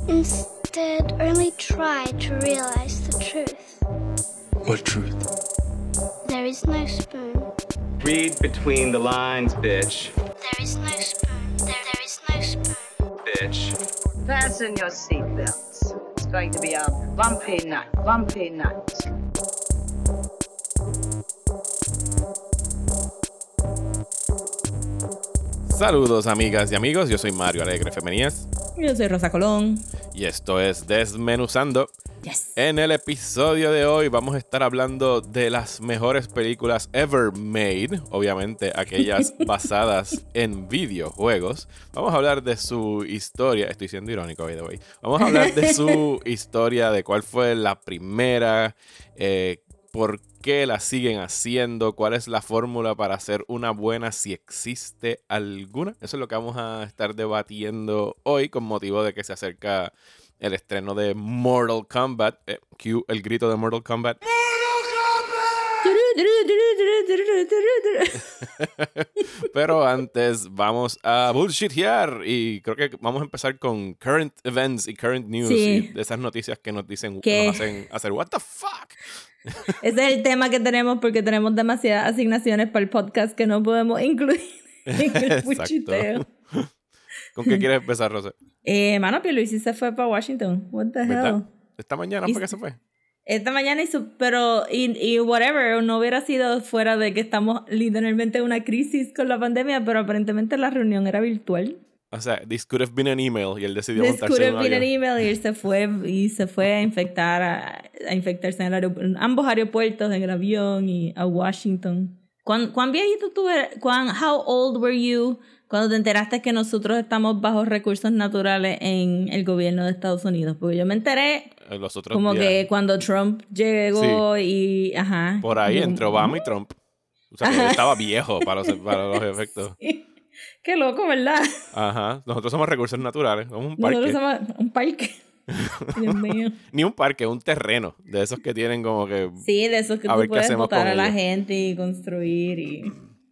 Instead, only try to realize the truth. What truth? There is no spoon. Read between the lines, bitch. There is no spoon. There is no spoon. Bitch. Fasten your seatbelts. It's going to be a bumpy night. Bumpy night. Saludos amigas y amigos, yo soy Mario Alegre Femenías. Yo soy Rosa Colón. Y esto es Desmenuzando. Yes. En el episodio de hoy vamos a estar hablando de las mejores películas ever made, obviamente aquellas basadas en videojuegos. Vamos a hablar de su historia, estoy siendo irónico, by the way. Vamos a hablar de su historia, de cuál fue la primera, por qué la siguen haciendo, cuál es la fórmula para hacer una buena, si existe alguna. Eso es lo que vamos a estar debatiendo hoy con motivo de que se acerca el estreno de Mortal Kombat. Cue el grito de Mortal Kombat. Pero antes vamos a bullshitear y creo que vamos a empezar con current events y current news, sí. y de esas noticias que nos dicen, ¿qué? nos hacen hacer what the fuck. Ese es el tema que tenemos porque tenemos demasiadas asignaciones para el podcast que no podemos incluir en el bullshiteo. ¿Con qué quieres empezar, Rosa? Mano, Pierluisi se fue para Washington. What the ¿verdad? hell? Esta mañana fue que se fue. Esta mañana pero whatever, no hubiera sido fuera de que estamos literalmente en una crisis con la pandemia, pero aparentemente la reunión era virtual. O sea, this could have been an email y él decidió This montarse could en have un been an avión. email y se fue a infectar a infectarse en ambos aeropuertos, en el avión y a Washington. ¿Cuán viejito tú eres? How old were you cuando te enteraste que nosotros estamos bajo recursos naturales en el gobierno de Estados Unidos? Porque yo me enteré Los otros como días, que cuando Trump llegó y... Ajá. por ahí entre Obama y Trump. O sea, que él estaba viejo para los efectos. Sí. Qué loco, ¿verdad? Ajá. Nosotros somos recursos naturales. Somos un parque. Nosotros somos un parque. Dios mío. Ni un parque, un terreno. De esos que tienen como que... Sí, de esos que A tú ver qué puedes hacemos votar con a la ellos. gente y construir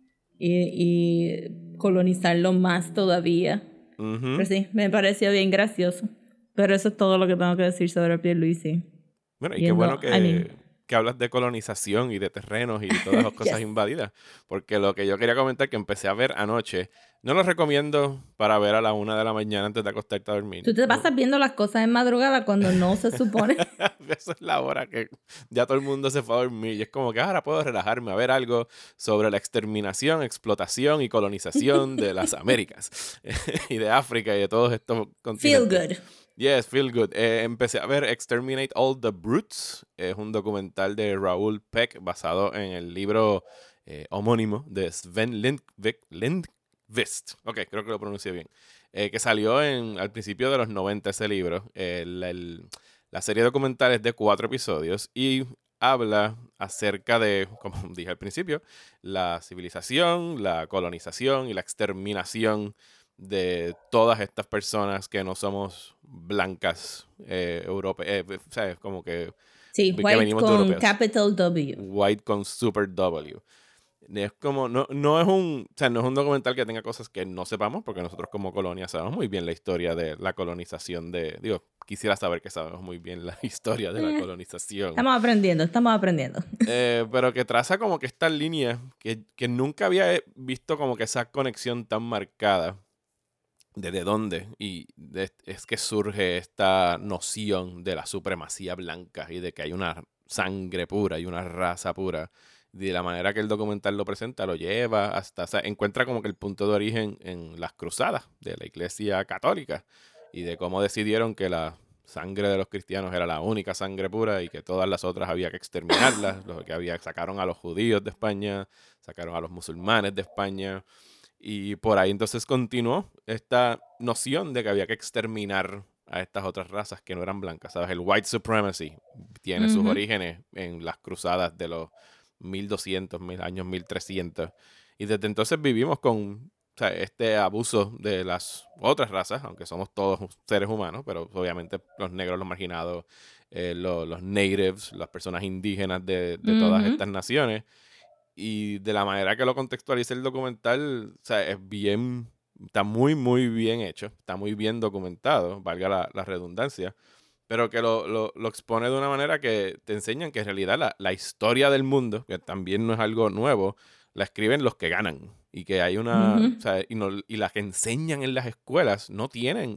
y colonizarlo más todavía. Ujú. Pero sí, me pareció bien gracioso. Pero eso es todo lo que tengo que decir sobre Pierluisi. Bueno, y qué Viendo bueno que anime. hablas de colonización y de terrenos y todas las cosas Yes. invadidas. Porque lo que yo quería comentar que empecé a ver anoche, no lo recomiendo para ver a la 1 de la mañana antes de acostarte a dormir. Tú te pasas viendo las cosas en madrugada cuando no se supone. Esa es la hora que ya todo el mundo se fue a dormir. Y es como que ahora puedo relajarme a ver algo sobre la exterminación, explotación y colonización de las Américas y de África y de todos estos Feel continentes. good. Yes, feel good. Empecé a ver Exterminate All the Brutes. Es un documental de Raoul Peck basado en el libro homónimo de Sven Lindqvist. Ok, creo que lo pronuncié bien. Que salió al principio de los 90 ese libro. La serie documental es de 4 episodios y habla acerca de, como dije al principio, la civilización, la colonización y la exterminación de todas estas personas que no somos blancas europeas, ¿sabes? Como que Sí, que white venimos de con europeos. capital W. White con super W. Es como, no es un, o sea, no es un documental que tenga cosas que no sepamos, porque nosotros como colonia sabemos muy bien la historia de la colonización quisiera saber que sabemos muy bien la historia de la colonización. Estamos aprendiendo. Pero que traza como que esta línea que nunca había visto como que esa conexión tan marcada. ¿Desde dónde? Es que surge esta noción de la supremacía blanca y de que hay una sangre pura y una raza pura. De la manera que el documental lo presenta, lo lleva hasta... O sea, encuentra como que el punto de origen en las cruzadas de la Iglesia Católica y de cómo decidieron que la sangre de los cristianos era la única sangre pura y que todas las otras había que exterminarlas. Sacaron a los judíos de España, sacaron a los musulmanes de España. Y por ahí entonces continuó esta noción de que había que exterminar a estas otras razas que no eran blancas, ¿sabes? El white supremacy tiene sus orígenes en las cruzadas de los 1200, años 1300. Y desde entonces vivimos con, o sea, este abuso de las otras razas, aunque somos todos seres humanos, pero obviamente los negros, los marginados, los natives, las personas indígenas de todas estas naciones. Y de la manera que lo contextualiza el documental, o sea, es bien está muy, muy bien hecho, está muy bien documentado, valga la redundancia, pero que lo expone de una manera que te enseñan que en realidad la historia del mundo, que también no es algo nuevo, la escriben los que ganan. Y que hay una... Ujú. O sea, y las que enseñan en las escuelas no tienen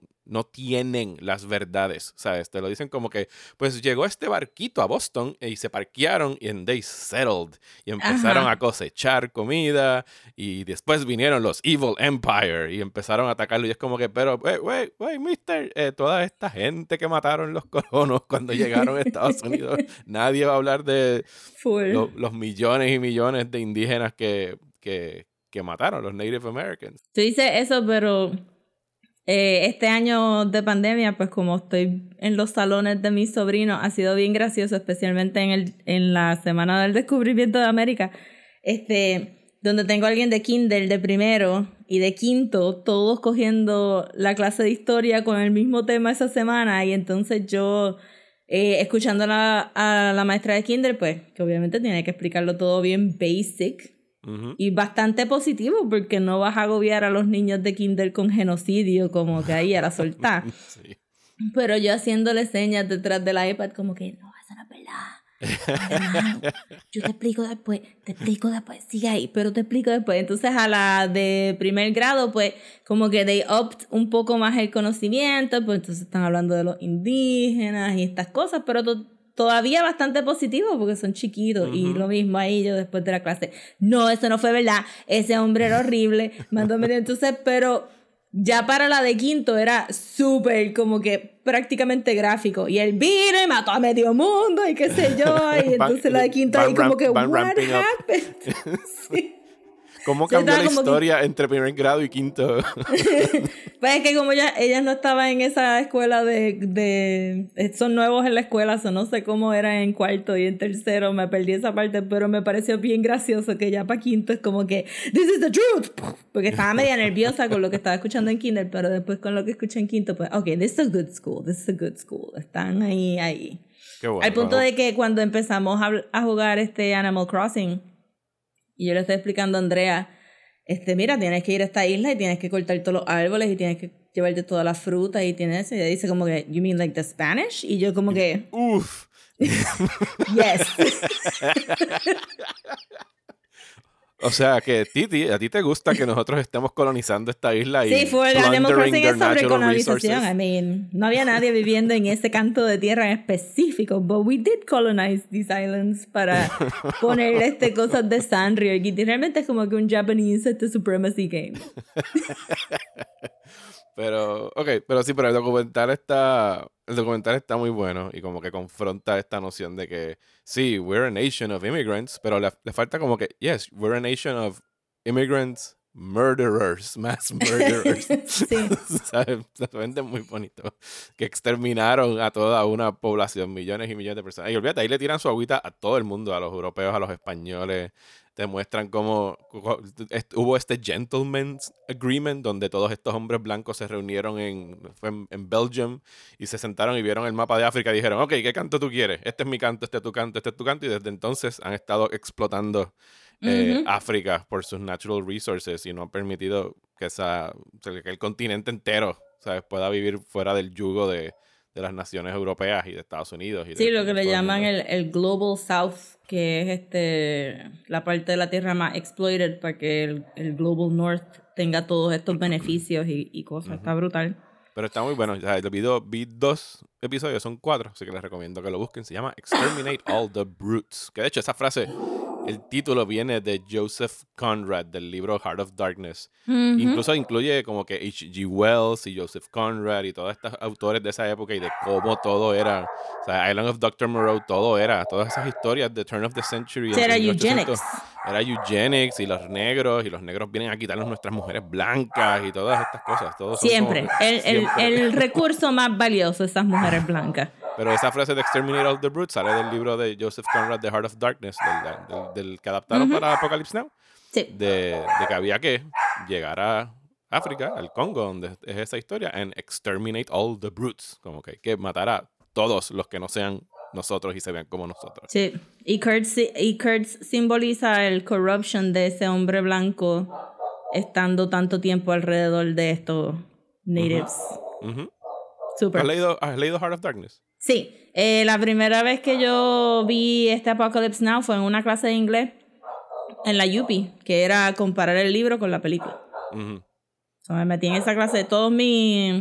las verdades, ¿sabes? Te lo dicen como que, pues llegó este barquito a Boston y se parquearon y they settled. Y empezaron Ajá. a cosechar comida y después vinieron los Evil Empire y empezaron a atacarlo. Y es como que, pero, wait, mister, toda esta gente que mataron los colonos cuando llegaron a Estados Unidos, nadie va a hablar de Full. los millones y millones de indígenas que mataron, los Native Americans. Tú dices eso, pero este año de pandemia, pues como estoy en los salones de mis sobrinos, ha sido bien gracioso, especialmente en la Semana del Descubrimiento de América, donde tengo a alguien de kinder, de primero y de quinto, todos cogiendo la clase de historia con el mismo tema esa semana, y entonces yo... escuchando a la maestra de kinder, pues, que obviamente tiene que explicarlo todo bien basic y bastante positivo, porque no vas a agobiar a los niños de kinder con genocidio, como que ahí a la soltar. Sí. Pero yo haciéndole señas detrás del iPad, como que, no, eso no es verdad. Hermano, yo te explico después, sigue ahí, pero te explico después. Entonces a la de primer grado, pues como que they upped un poco más el conocimiento, pues entonces están hablando de los indígenas y estas cosas, pero todavía bastante positivo porque son chiquitos. Y lo mismo ahí yo después de la clase, no, eso no fue verdad, ese hombre era horrible, entonces, pero... Ya para la de quinto era súper como que prácticamente gráfico. Y él vino y mató a medio mundo y qué sé yo. Y entonces la de quinto ahí como que, what happened? Sí. ¿Cómo cambió la historia entre primer grado y quinto? Pues es que como ella no estaba en esa escuela son nuevos en la escuela, no sé cómo era en cuarto y en tercero, me perdí esa parte, pero me pareció bien gracioso que ya para quinto es como que this is the truth, porque estaba media nerviosa con lo que estaba escuchando en kinder, pero después con lo que escuché en quinto, pues okay, this is a good school, están ahí. Qué bueno, al punto de que cuando empezamos a jugar Animal Crossing, y yo le estoy explicando a Andrea, mira, tienes que ir a esta isla y tienes que cortar todos los árboles y tienes que llevarte todas las frutas y tienes eso. Y ella dice como que, you mean like the Spanish? Y yo como que, uff. Yes. O sea, que Titi, a ti te gusta que nosotros estemos colonizando esta isla y sí, fue el Animal Crossing es sobre colonización. Resources. I mean, no había nadie viviendo en ese canto de tierra en específico, but we did colonize these islands para poner cosas de Sanrio. Y realmente es como que un Japanese supremacy game. Pero sí, pero el documental está muy bueno y como que confronta esta noción de que sí, we're a nation of immigrants, pero le falta como que, yes, we're a nation of immigrants, murderers, mass murderers. Sí. ¿Sabes? Se vende muy bonito. Que exterminaron a toda una población, millones y millones de personas. Y olvídate, ahí le tiran su agüita a todo el mundo, a los europeos, a los españoles. Te muestran cómo hubo Gentleman's Agreement donde todos estos hombres blancos se reunieron en Belgium y se sentaron y vieron el mapa de África y dijeron, ok, ¿qué canto tú quieres? Este es mi canto, este es tu canto, este es tu canto. Y desde entonces han estado explotando África por sus natural resources y no han permitido que el continente entero, ¿sabes?, pueda vivir fuera del yugo de las naciones europeas y de Estados Unidos. Sí, lo que le llaman el Global South, que es la parte de la tierra más exploited para que el Global North tenga todos estos beneficios y cosas. Está brutal. Pero está muy bueno. O sea, vi 2 episodios, son 4, así que les recomiendo que lo busquen. Se llama Exterminate All the Brutes. Que de hecho esa frase, el título viene de Joseph Conrad, del libro Heart of Darkness. Incluso incluye como que H.G. Wells y Joseph Conrad y todos estos autores de esa época y de cómo todo era. O sea, Island of Dr. Moreau, todo era. Todas esas historias de Turn of the Century. Sí, era eugenics. Era eugenics y los negros vienen a quitarnos nuestras mujeres blancas y todas estas cosas. Todos siempre. El recurso más valioso, esas mujeres blancas. Pero esa frase de Exterminate All the Brutes sale del libro de Joseph Conrad, The Heart of Darkness, del que adaptaron para Apocalypse Now. Sí. De que había que llegar a África, al Congo, donde es esa historia, and exterminate all the brutes. Como que hay que matar a todos los que no sean nosotros y se vean como nosotros. Sí. Y Kurtz simboliza el corruption de ese hombre blanco estando tanto tiempo alrededor de estos natives. Super. ¿Has leído Heart of Darkness? Sí, la primera vez que yo vi este Apocalypse Now fue en una clase de inglés en la UPI, que era comparar el libro con la película. So, me metí en esa clase. Todos mis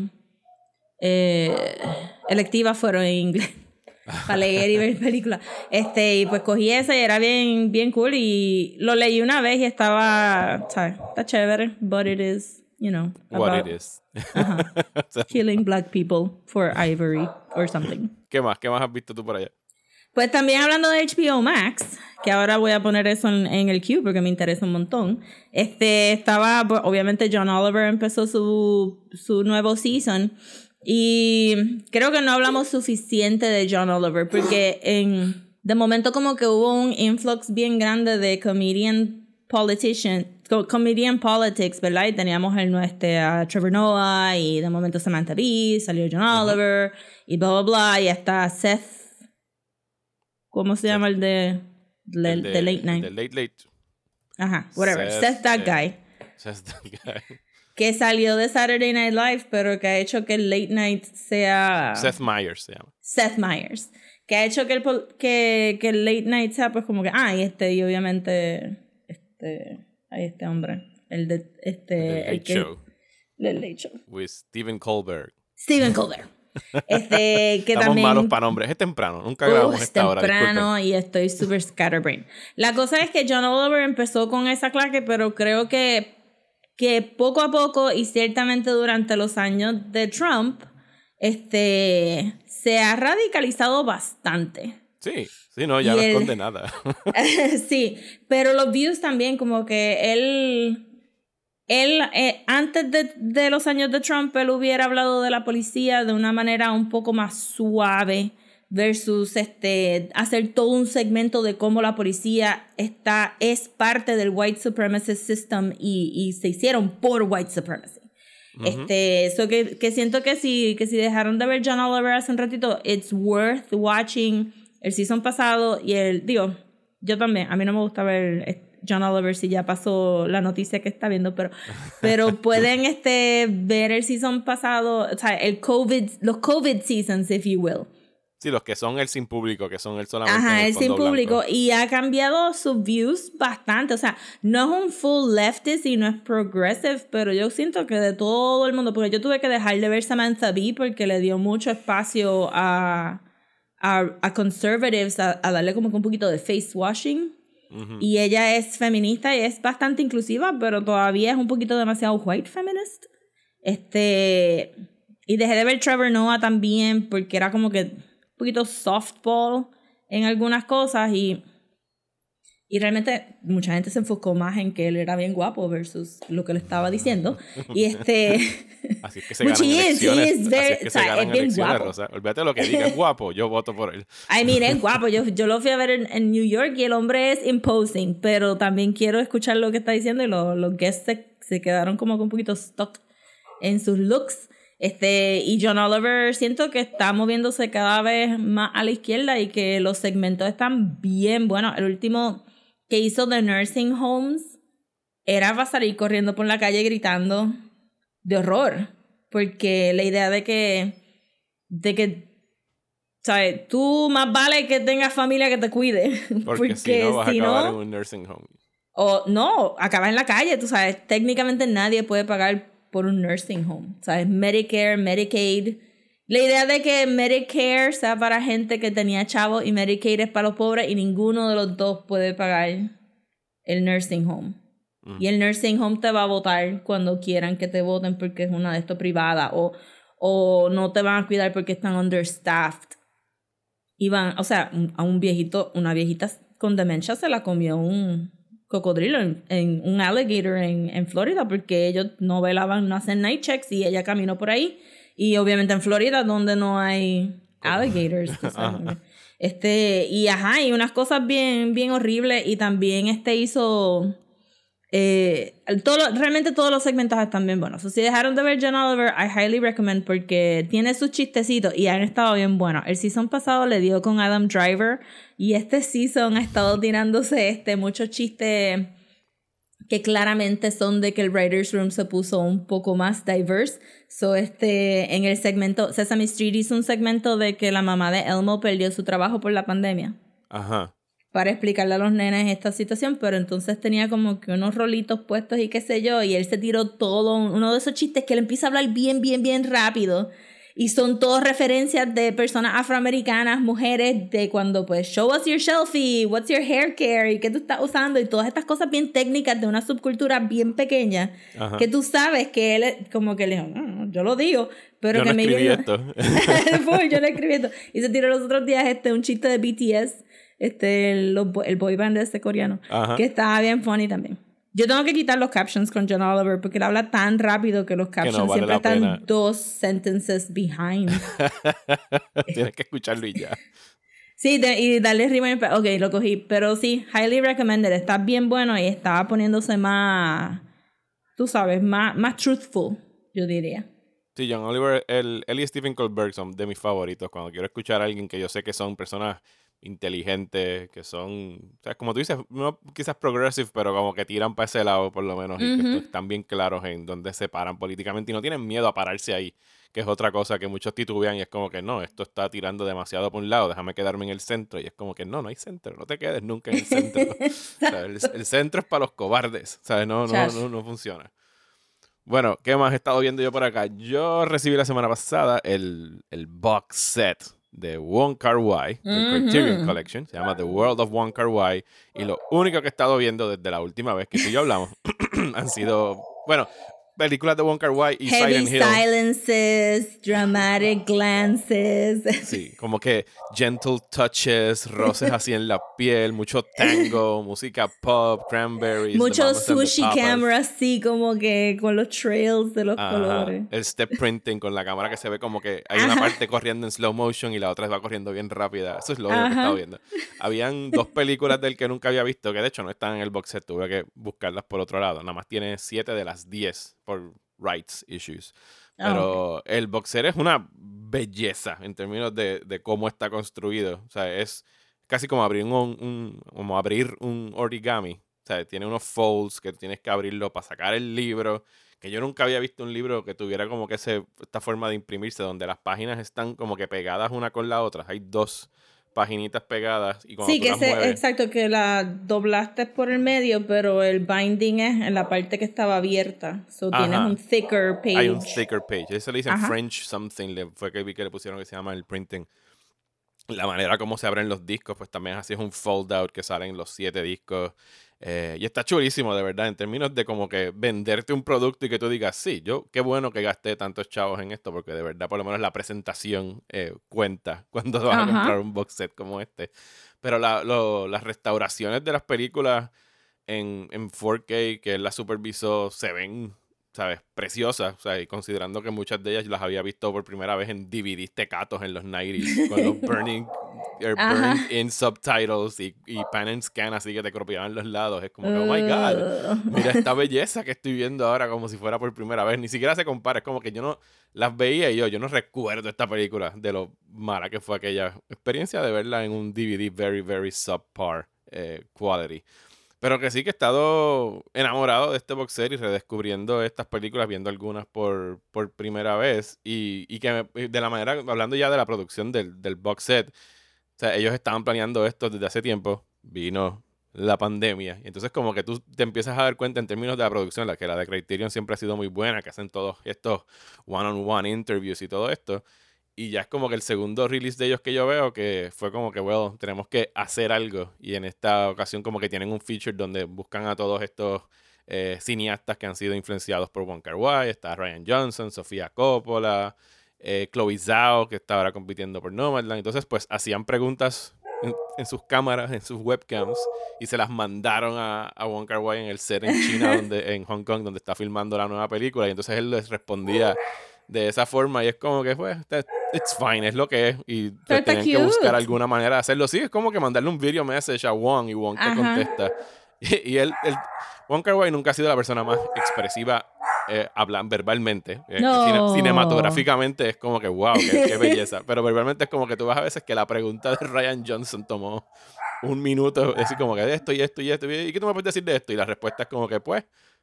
electivas fueron en inglés para leer y ver películas. Y pues cogí esa y era bien, bien cool. Y lo leí una vez y estaba, ¿sabes? Está chévere, but it is, you know, What it is. Killing black people for ivory or something. ¿Qué más has visto tú por allá? Pues también hablando de HBO Max, que ahora voy a poner eso en el queue porque me interesa un montón. Estaba, obviamente John Oliver empezó su nuevo season y creo que no hablamos suficiente de John Oliver porque de momento como que hubo un influx bien grande de comedian politics, ¿verdad? Y teníamos a Trevor Noah y de momento Samantha Bee, salió John Oliver y bla, bla, bla, y hasta Seth. ¿Cómo se llama el de Late Night? El de Late. Ajá, whatever. Seth that guy. Que salió de Saturday Night Live, pero que ha hecho que el Late Night sea... Seth Meyers se llama. Seth Meyers. Que ha hecho que el Late Night sea pues como que... y obviamente... este hombre. El de... The Late Show. El Late Show. With Stephen Colbert. Stephen Colbert. Que estamos también, malos para nombres. Es temprano. Nunca grabamos esta hora. Es temprano y estoy super scatterbrain. La cosa es que John Oliver empezó con esa clase, pero creo que poco a poco y ciertamente durante los años de Trump, se ha radicalizado bastante. Sí, no, ya no esconde nada. Sí, pero los views también, como que él antes de los años de Trump, él hubiera hablado de la policía de una manera un poco más suave versus hacer todo un segmento de cómo la policía es parte del white supremacist system y se hicieron por white supremacy. Que siento que si dejaron de ver John Oliver hace un ratito, it's worth watching el season pasado y yo también, a mí no me gusta ver John Oliver si ya pasó la noticia que está viendo, pero pueden ver el season pasado, o sea, los COVID seasons, if you will. Sí, los que son el sin público, que son el solamente Ajá, el sin fondo público. blanco. Y ha cambiado sus views bastante. O sea, no es un full leftist y no es progressive, pero yo siento que de todo el mundo, porque yo tuve que dejar de ver Samantha Bee porque le dio mucho espacio a conservatives a darle como que un poquito de face washing. Y ella es feminista y es bastante inclusiva, pero todavía es un poquito demasiado white feminist. Y dejé de ver Trevor Noah también porque era como que un poquito softball en algunas cosas y realmente mucha gente se enfocó más en que él era bien guapo versus lo que le estaba diciendo. Y Así es que se ganan elecciones. Es bien guapo. Rosa. Olvídate de lo que diga, es guapo, yo voto por él. Es guapo. Yo lo fui a ver en New York y el hombre es imposing, pero también quiero escuchar lo que está diciendo y los guests se quedaron como que un poquito stuck en sus looks. Y John Oliver siento que está moviéndose cada vez más a la izquierda y que los segmentos están bien buenos. El último que hizo de Nursing Homes era para salir corriendo por la calle gritando de horror, porque la idea de que ¿sabes? Tú más vale que tengas familia que te cuide, porque si no vas a acabar en un nursing home. O no, acabar en la calle, tú sabes, técnicamente nadie puede pagar por un nursing home, ¿sabes? Medicare, Medicaid. La idea de que Medicare sea para gente que tenía chavos y Medicaid es para los pobres y ninguno de los dos puede pagar el nursing home. Y el nursing home te va a votar cuando quieran que te voten porque es una de estas privadas o no te van a cuidar porque están understaffed. Y van, o sea, a una viejita con demencia se la comió un cocodrilo en un alligator en Florida porque ellos no velaban, no hacen night checks y ella caminó por ahí. Y obviamente en Florida, donde no hay alligators. Y unas cosas bien, bien horribles. Y también hizo... realmente todos los segmentos están bien buenos. Si dejaron de ver John Oliver, I highly recommend porque tiene sus chistecitos y han estado bien buenos. El season pasado le dio con Adam Driver y este season ha estado tirándose muchos chistes que claramente son de que el writer's room se puso un poco más diverse. So, en el segmento, Sesame Street hizo un segmento de que la mamá de Elmo perdió su trabajo por la pandemia. Ajá. Para explicarle a los nenes esta situación, pero entonces tenía como que unos rolitos puestos y qué sé yo, y él se tiró todo, uno de esos chistes que él empieza a hablar bien rápido, y son todas referencias de personas afroamericanas, mujeres, de cuando pues, show us your selfie, what's your hair care, y qué tú estás usando, y todas estas cosas bien técnicas de una subcultura bien pequeña, Ajá. que tú sabes que él, como que le dijo, yo lo digo, pero yo que no me escribí esto. yo no escribí esto. Y se tiró los otros días un chiste de BTS, el boy band de ese coreano, Ajá. que estaba bien funny también. Yo tengo que quitar los captions con John Oliver porque él habla tan rápido que los captions no vale siempre la están pena. 2 sentences behind. Tienes que escucharlo y ya. Sí, y darle rewind. Ok, lo cogí. Pero sí, highly recommended. Está bien bueno y estaba poniéndose más, tú sabes, más truthful, yo diría. Sí, John Oliver, él y Stephen Colbert son de mis favoritos. Cuando quiero escuchar a alguien que yo sé que son personas inteligentes, que son, o sea, como tú dices, no quizás progressive, pero como que tiran para ese lado por lo menos, y que están bien claros en dónde se paran políticamente y no tienen miedo a pararse ahí, que es otra cosa que muchos titubean y es como que no, esto está tirando demasiado por un lado, déjame quedarme en el centro, y es como que no hay centro, no te quedes nunca en el centro. O sea, el centro es para los cobardes, ¿sabes? No funciona. Bueno, ¿qué más he estado viendo yo por acá? Yo recibí la semana pasada el box set de Wong Kar-wai, del Criterion Collection. Se llama The World of Wong Kar-wai. Y lo único que he estado viendo desde la última vez que tú y yo hablamos han sido, bueno, películas de Wong Kar-wai y Heavy Silent Hill. Silences, dramatic glances. Sí, como que gentle touches, roces así en la piel, mucho tango, música pop, cranberries. Mucho sushi camera así como que con los trails de los colores. El step printing con la cámara que se ve como que hay una parte corriendo en slow motion y la otra va corriendo bien rápida. Eso es lo único que he estado viendo. Habían 2 películas del que nunca había visto, que de hecho no están en el box set, tuve que buscarlas por otro lado. Nada más tiene 7 de las 10 por rights issues. Pero el box set es una belleza en términos de cómo está construido. O sea, es casi como abrir como abrir un origami. O sea, tiene unos folds que tienes que abrirlo para sacar el libro. Que yo nunca había visto un libro que tuviera como que esta forma de imprimirse, donde las páginas están como que pegadas una con la otra. Hay 2 paginitas pegadas y cuando sí, tú las mueves, exacto, que la doblaste por el medio, pero el binding es en la parte que estaba abierta. So tienes un thicker page. Hay un thicker page. Ese le dicen French something, fue que vi que le pusieron que se llama el printing. La manera como se abren los discos, pues también así es un fold out que salen los 7 discos. Y está chulísimo, de verdad, en términos de como que venderte un producto y que tú digas, sí, qué bueno que gasté tantos chavos en esto, porque de verdad, por lo menos la presentación cuenta cuando vas a comprar un box set como este. Pero las restauraciones de las películas en 4K que él las supervisó se ven, ¿sabes? Preciosas, o sea, y considerando que muchas de ellas las había visto por primera vez en DVDs tecatos en los 90s, con los burned in subtitles y pan and scan, así que te cropeaban los lados. Es como que, oh my God, mira esta belleza que estoy viendo ahora como si fuera por primera vez. Ni siquiera se compara, es como que yo no las veía y yo no recuerdo esta película de lo mala que fue aquella experiencia de verla en un DVD very, very subpar quality. Pero que sí que he estado enamorado de este box set y redescubriendo estas películas, viendo algunas por primera vez. Y que de la manera, hablando ya de la producción del box set, o sea, ellos estaban planeando esto desde hace tiempo. Vino la pandemia. Y entonces como que tú te empiezas a dar cuenta en términos de la producción, la que la de Criterion siempre ha sido muy buena, que hacen todos estos one-on-one interviews y todo esto. Y ya es como que el segundo release de ellos que yo veo que fue como que, bueno, tenemos que hacer algo. Y en esta ocasión como que tienen un feature donde buscan a todos estos cineastas que han sido influenciados por Wong Kar-wai. Está Rian Johnson, Sofía Coppola, Chloe Zhao, que está ahora compitiendo por Nomadland. Entonces, pues, hacían preguntas en sus cámaras, en sus webcams, y se las mandaron a Wong Kar-wai en el set en China, en Hong Kong, donde está filmando la nueva película. Y entonces él les respondía de esa forma y es como que pues it's fine, es lo que es y pues, tenían que buscar alguna manera de hacerlo. Sí, es como que mandarle un video message a Wong y Wong te contesta y él Wong Kar-wai nunca ha sido la persona más expresiva hablan verbalmente, cinematográficamente es como que wow, qué belleza, pero verbalmente es como que tú ves a veces que la pregunta de Rian Johnson tomó un minuto, decir como que de esto y esto y esto. ¿Y qué tú me puedes decir de esto? Y la respuesta es como que, pues...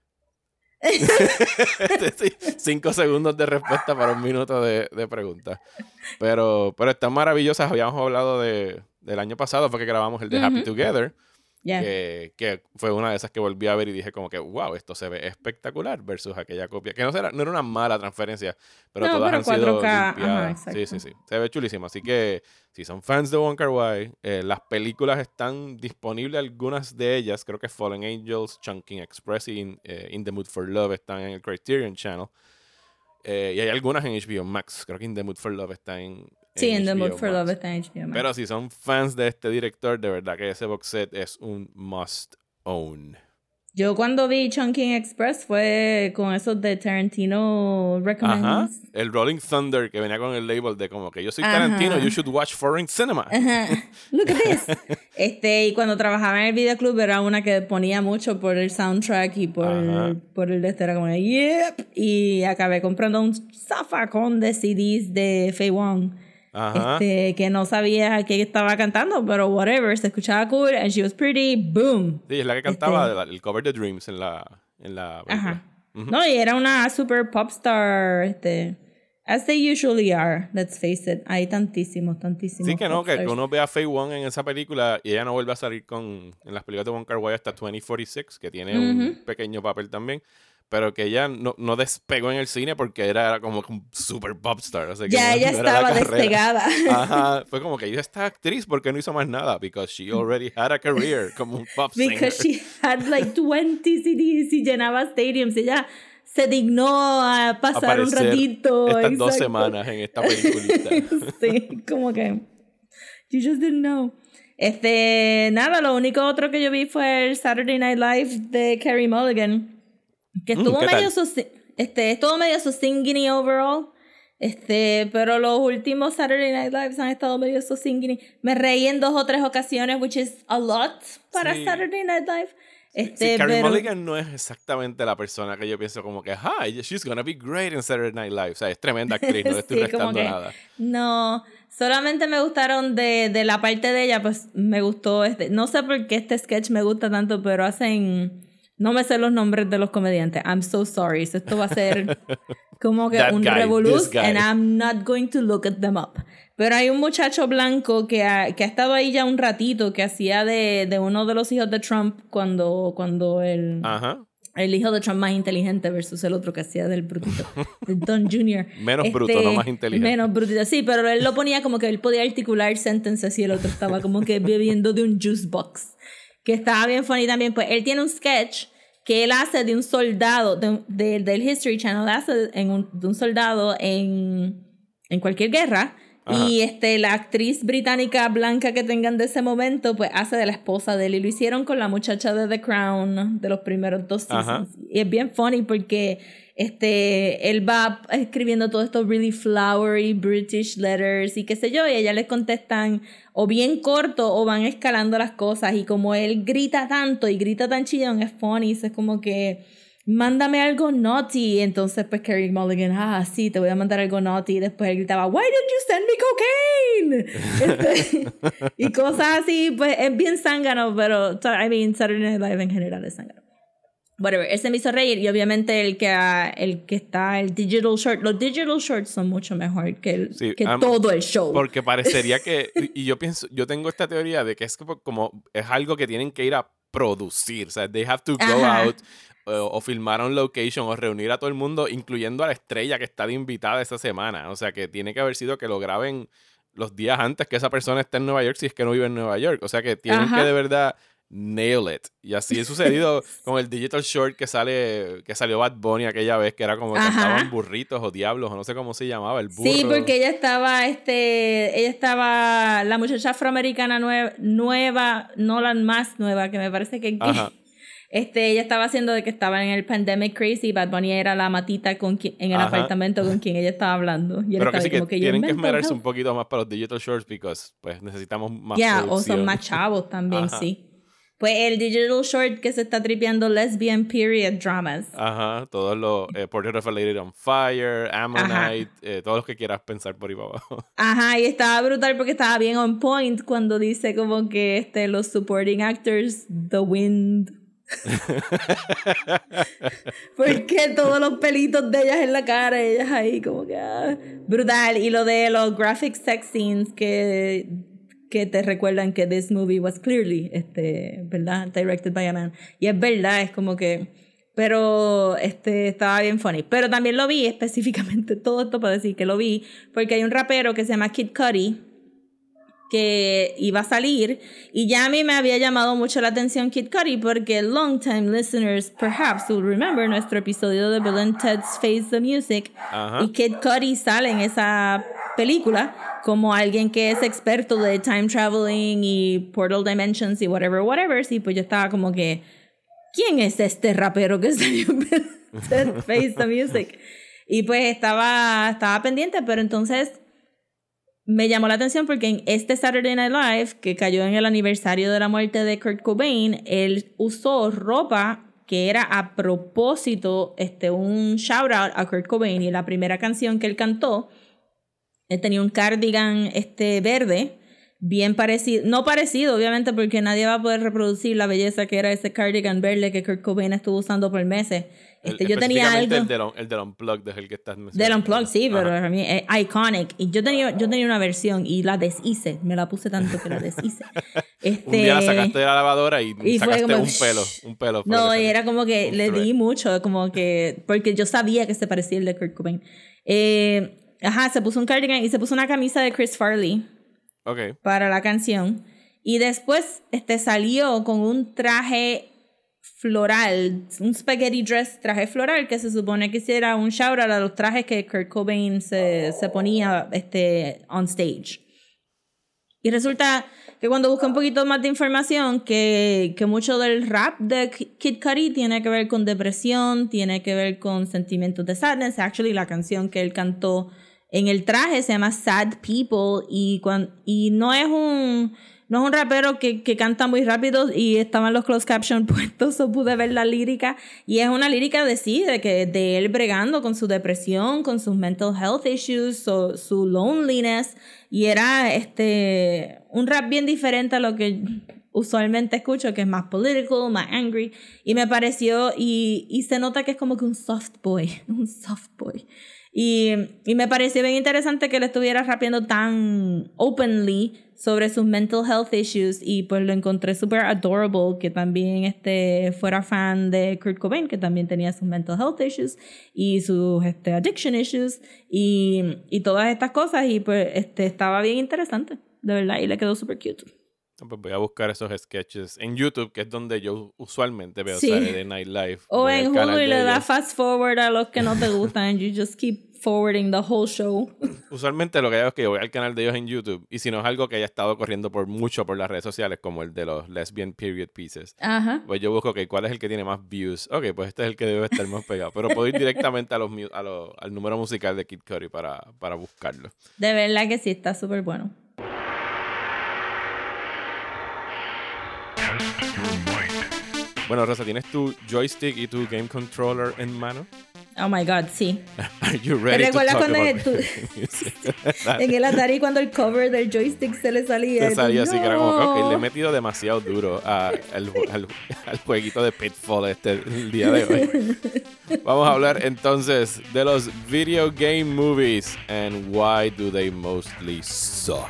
5 segundos de respuesta para un minuto de pregunta. Pero están maravillosas. Habíamos hablado del año pasado, fue que grabamos el de Happy Together. Yeah. Que fue una de esas que volví a ver y dije como que wow, esto se ve espectacular versus aquella copia, que no era una mala transferencia, pero No, todas pero han sido 4K, limpiadas. ajá, Sí, se ve chulísimo. Así que si son fans de Wong Kar-wai, las películas están disponibles, algunas de ellas, creo que Fallen Angels, Chungking Express y In the Mood for Love están en el Criterion Channel. Y hay algunas en HBO Max, creo que In the Mood for Love está en In the HBO Mood for Max. Love está en HBO Max. Pero si son fans de este director, de verdad que ese box set es un must own. Yo cuando vi Chungking Express fue con esos de Tarantino Ajá. Recommends. El Rolling Thunder que venía con el label de como que yo soy Tarantino, you should watch foreign cinema. Ajá. Look at this. Y cuando trabajaba en el videoclub era una que ponía mucho por el soundtrack y por el de este era como yep. Y acabé comprando un zafacón de CDs de Faye Wong. Ajá. Que no sabía qué estaba cantando, pero whatever, se escuchaba cool and she was pretty, boom. Sí, es la que cantaba el cover de Dreams en la película. Ajá. No, y era una super pop star, as they usually are, let's face it. Hay tantísimos. Sí, que no, que uno ve a Faye Wong en esa película y ella no vuelve a salir en las películas de Wong Kar-wai hasta 2046, que tiene un pequeño papel también. Pero que ella no despegó en el cine porque era como un super popstar. O sea, que ya ella estaba despegada. Ajá. Fue como que ella está actriz porque no hizo más nada. Because she already had a career como un pop singer. Because she had like 20 CDs y llenaba stadiums. Ella se dignó a pasar un ratito. Estas 2 semanas en esta peliculita. Sí, como que... You just didn't know. Nada, lo único otro que yo vi fue el Saturday Night Live de Carey Mulligan. Que estuvo medio singing overall. Pero los últimos Saturday Night Lives han estado medio singing. Me reí en 2 o 3 ocasiones, which is a lot para Saturday Night Live. Carey Mulligan no es exactamente la persona que yo pienso como que, she's gonna be great in Saturday Night Live. O sea, es tremenda actriz, no le estoy restando nada. No, solamente me gustaron de la parte de ella, pues me gustó no sé por qué este sketch me gusta tanto, pero no me sé los nombres de los comediantes. I'm so sorry. Esto va a ser como que un revoluz and I'm not going to look at them up. Pero hay un muchacho blanco que ha estado ahí ya un ratito, que hacía de uno de los hijos de Trump cuando el hijo de Trump más inteligente versus el otro que hacía del brutito, de Don Jr. Menos bruto, no más inteligente. Menos brutito, sí, pero él lo ponía como que él podía articular sentences y el otro estaba como que bebiendo de un juice box. Que estaba bien funny también. Pues él tiene un sketch que él hace de un soldado del History Channel, hace de un soldado en cualquier guerra. Ajá. Y la actriz británica blanca que tengan de ese momento, pues hace de la esposa de él. Y lo hicieron con la muchacha de The Crown de los primeros 2 seasons. Ajá. Y es bien funny porque él va escribiendo todo esto really flowery British letters y qué sé yo, y a ella le contestan o bien corto o van escalando las cosas, y como él grita tanto y grita tan chillón, es funny. Es como que mándame algo naughty, entonces pues Carey Mulligan, sí, te voy a mandar algo naughty, y después él gritaba, why did you send me cocaine? Y cosas así, pues es bien zángano, pero Saturday Night Live en general es zángano. Whatever, ese me hizo reír. Y obviamente el que está el digital short, los digital shorts son mucho mejor que todo el show, porque parecería que, y yo tengo esta teoría de que es como es algo que tienen que ir a producir, o sea, they have to go out o filmar on location o reunir a todo el mundo, incluyendo a la estrella que está de invitada esa semana. O sea, que tiene que haber sido que lo graben los días antes que esa persona esté en Nueva York, si es que no vive en Nueva York. O sea, que tienen que de verdad nail it. Y así ha sucedido con el digital short que salió Bad Bunny aquella vez, que era como que cantaban burritos o diablos o no sé cómo se llamaba, el burro. Sí, porque ella estaba la muchacha afroamericana nueva, no la más nueva, que me parece que ella estaba haciendo de que estaba en el pandemic crazy, y Bad Bunny era la matita en el apartamento con quien ella estaba hablando. Y pero que sí que tienen que esmerarse un poquito más para los digital shorts, because pues necesitamos más producción. O son más chavos también, sí. Pues el digital short que se está tripeando lesbian period dramas. Ajá, todos los Portrait of a Lady on Fire, Ammonite, todos los que quieras pensar por ahí para abajo. Ajá, y estaba brutal porque estaba bien on point cuando dice como que los supporting actors, The Wind. Porque todos los pelitos de ellas en la cara, ellas ahí como que brutal. Y lo de los graphic sex scenes que te recuerdan que this movie was clearly ¿verdad? Directed by a man. Y es verdad, es como que pero estaba bien funny. Pero también lo vi específicamente, todo esto para decir que lo vi porque hay un rapero que se llama Kid Cudi que iba a salir, y ya a mí me había llamado mucho la atención Kid Cudi porque long time listeners perhaps will remember nuestro episodio de Bill and Ted's Face the Music. Ajá. Y Kid Cudi sale en esa película como alguien que es experto de time traveling y portal dimensions y whatever, sí, pues yo estaba como que ¿quién es este rapero que salió en Bill and Ted's Face the Music? Y pues estaba pendiente, pero entonces me llamó la atención porque en este Saturday Night Live, que cayó en el aniversario de la muerte de Kurt Cobain, él usó ropa que era a propósito un shout out a Kurt Cobain, y la primera canción que él cantó, él tenía un cardigan verde, bien parecido, no parecido obviamente porque nadie va a poder reproducir la belleza que era ese cardigan verde que Kurt Cobain estuvo usando por meses. Yo tenía algo. El del Unplugged es el que estás mencionando. Del Unplugged, sí, pero a mí es iconic. Y yo tenía una versión y la deshice. Me la puse tanto que la deshice. Un día la sacaste de la lavadora y sacaste como, un pelo. No, y era como que le di mucho, como que porque yo sabía que se parecía el de Kurt Cobain. Se puso un cardigan y se puso una camisa de Chris Farley. Okay. Para la canción. Y después salió con un traje floral, un spaghetti dress, traje floral, que se supone que hiciera un shout out a los trajes que Kurt Cobain se ponía on stage. Y resulta que cuando busqué un poquito más de información, que mucho del rap de Kid Cudi tiene que ver con depresión, tiene que ver con sentimientos de sadness. Actually, la canción que él cantó en el traje se llama Sad People, y no es un rapero que canta muy rápido, y estaban los closed caption puestos, o pude ver la lírica, y es una lírica de él bregando con su depresión, con sus mental health issues, su loneliness, y era un rap bien diferente a lo que usualmente escucho, que es más political, más angry, y me pareció, y se nota que es como que un soft boy. Y me pareció bien interesante que él estuviera rapeando tan openly sobre sus mental health issues, y pues lo encontré súper adorable que también fuera fan de Kurt Cobain, que también tenía sus mental health issues y sus addiction issues y todas estas cosas, y pues estaba bien interesante, de verdad, y le quedó súper cute. Pues voy a buscar esos sketches en YouTube, que es donde yo usualmente veo Saturday Night Live. O en Hulu y le da fast forward a los que no te gustan, and you just keep forwarding the whole show. Usualmente lo que hago es que yo voy al canal de ellos en YouTube, y si no es algo que haya estado corriendo por las redes sociales, como el de los lesbian period pieces, pues yo busco cuál es el que tiene más views. Ok, pues este es el que debe estar más pegado. Pero puedo ir directamente al número musical de Kid Cudi para buscarlo. De verdad que sí, está súper bueno. Bueno, Rosa, ¿tienes tu joystick y tu game controller en mano? Oh my God, sí. Are you ready ¿Te recuerdas to talk cuando en el Atari cuando el cover del joystick se le salía? Se salía así, que era como, le he metido demasiado duro al jueguito de Pitfall el día de hoy. Vamos a hablar entonces de los video game movies and why do they mostly suck.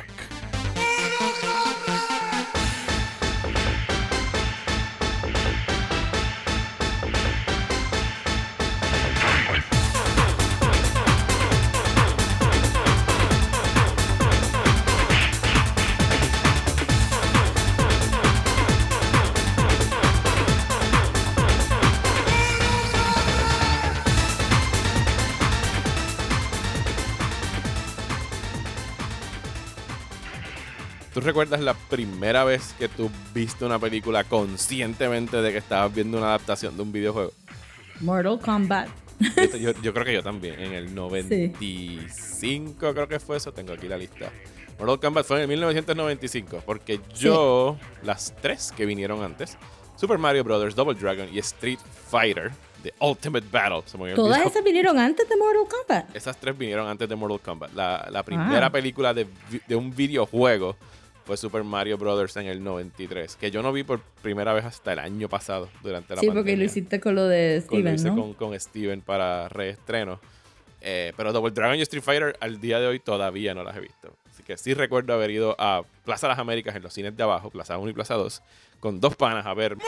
¿Tú recuerdas la primera vez que tú viste una película conscientemente de que estabas viendo una adaptación de un videojuego? Mortal Kombat. Yo creo que yo también. En el 95 creo que fue eso. Tengo aquí la lista. Mortal Kombat fue en 1995, porque yo, las 3 que vinieron antes, Super Mario Bros., Double Dragon y Street Fighter, The Ultimate Battle. ¿Todas esas vinieron antes de Mortal Kombat? Esas 3 vinieron antes de Mortal Kombat. La primera película de un videojuego fue Super Mario Bros. En el 93, que yo no vi por primera vez hasta el año pasado, durante la pandemia. Sí, porque lo hiciste con lo de Steven, Lo hice ¿no? con Steven para reestreno. Pero Double Dragon y Street Fighter al día de hoy todavía no las he visto. Así que sí recuerdo haber ido a Plaza Las Américas en los cines de abajo, Plaza 1 y Plaza 2, con 2 panas a ver.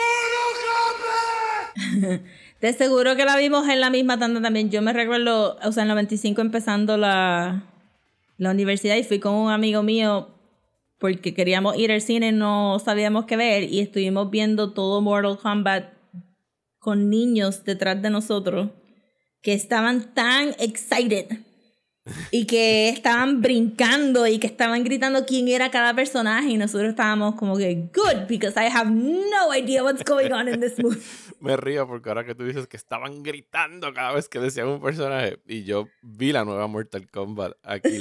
De seguro que la vimos en la misma tanda también. Yo me recuerdo, o sea, en 95 empezando la universidad y fui con un amigo mío porque queríamos ir al cine, no sabíamos qué ver y estuvimos viendo todo Mortal Kombat con niños detrás de nosotros que estaban tan excited y que estaban brincando y que estaban gritando quién era cada personaje y nosotros estábamos como que good because I have no idea what's going on in this movie. Me río porque ahora que tú dices que estaban gritando cada vez que decían un personaje, y yo vi la nueva Mortal Kombat aquí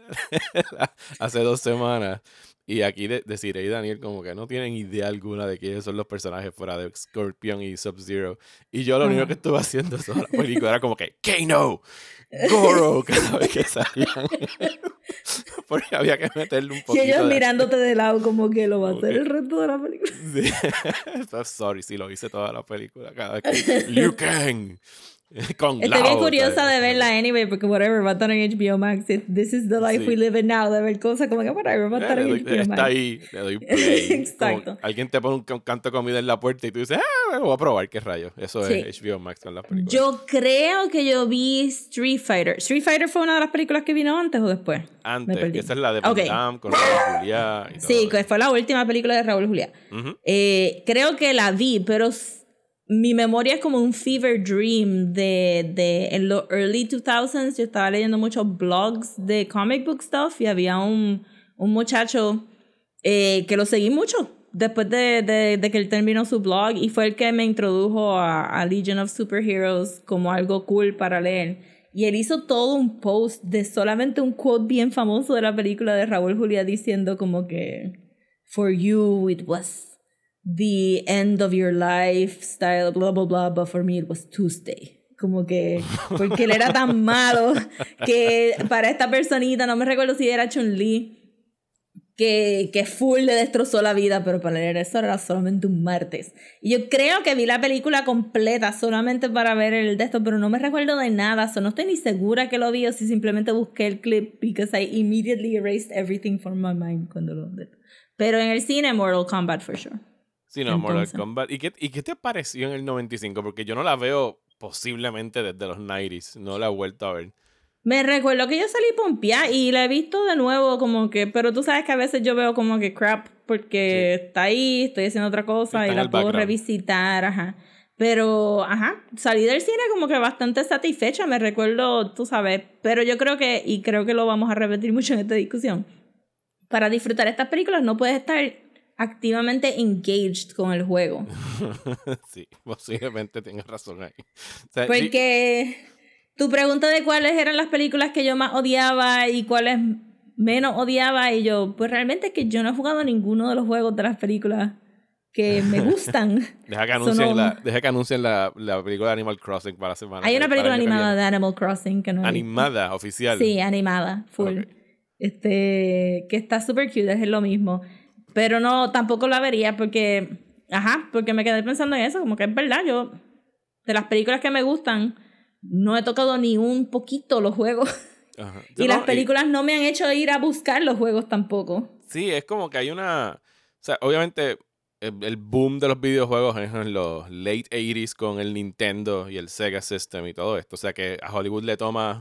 hace 2 semanas. Y aquí Desiree y Daniel como que no tienen idea alguna de quiénes son los personajes fuera de Scorpion y Sub-Zero. Y yo lo único que estuve haciendo toda la película era como que Kano, Goro, cada vez que salían. Porque había que meterle un poquito y ellos mirándote de lado como que lo va a hacer el resto de la película. Sí. Sorry, sí, lo hice toda la película. Cada vez que Liu Kang. Estoy bien curiosa de verla anyway, porque whatever, va a estar en HBO Max. This is the life we live in now, de ver cosas como que whatever, va a estar en HBO Max. Está ahí, le doy play. Exacto. Alguien te pone un canto de comida en la puerta y tú dices, voy a probar qué rayos. Eso es HBO Max con las películas. Yo creo que yo vi Street Fighter. ¿Street Fighter fue una de las películas que vino antes o después? Antes, que esa es la de Van Damme con Raúl Juliá. Sí, que fue la última película de Raúl Juliá. Creo que la vi, pero mi memoria es como un fever dream de en los early 2000s. Yo estaba leyendo muchos blogs de comic book stuff y había un muchacho que lo seguí mucho después de que él terminó su blog y fue el que me introdujo a Legion of Superheroes como algo cool para leer. Y él hizo todo un post de solamente un quote bien famoso de la película de Raúl Juliá diciendo como que for you it was the end of your lifestyle, blah, blah, blah, but for me it was Tuesday. Como que, porque él era tan malo que para esta personita, no me recuerdo si era Chun-Li, que full le destrozó la vida, pero para él eso era solamente un martes. Y yo creo que vi la película completa solamente para ver el de esto, pero no me recuerdo de nada, no estoy ni segura que lo vi o si simplemente busqué el clip because I immediately erased everything from my mind cuando lo vi. Pero en el cine, Mortal Kombat for sure. Sí, no, Mortal Kombat. ¿Y qué te pareció en el 95? Porque yo no la veo posiblemente desde los 90s. No la he vuelto a ver. Me recuerdo que yo salí pompeada y la he visto de nuevo como que... Pero tú sabes que a veces yo veo como que crap porque está ahí, estoy haciendo otra cosa y la puedo revisitar, ajá. Pero, salí del cine como que bastante satisfecha, me recuerdo, tú sabes. Pero yo creo que, y creo que lo vamos a repetir mucho en esta discusión, para disfrutar estas películas no puedes estar activamente engaged con el juego. Sí, posiblemente tengas razón ahí. O sea, porque tu pregunta de cuáles eran las películas que yo más odiaba y cuáles menos odiaba, y yo, pues realmente es que yo no he jugado ninguno de los juegos de las películas que me gustan. Deja que anuncien la película de Animal Crossing para la semana. Hay una película animada de Animal Crossing que no ¿Animada? ¿Oficial? Sí, animada, full. Okay. Que está súper cute, es lo mismo. Pero no, tampoco la vería porque me quedé pensando en eso, como que es verdad, yo de las películas que me gustan no he tocado ni un poquito los juegos. Y las películas no me han hecho ir a buscar los juegos tampoco. Sí, es como que hay una... O sea, obviamente el boom de los videojuegos es en los late 80s con el Nintendo y el Sega System y todo esto. O sea que a Hollywood le toma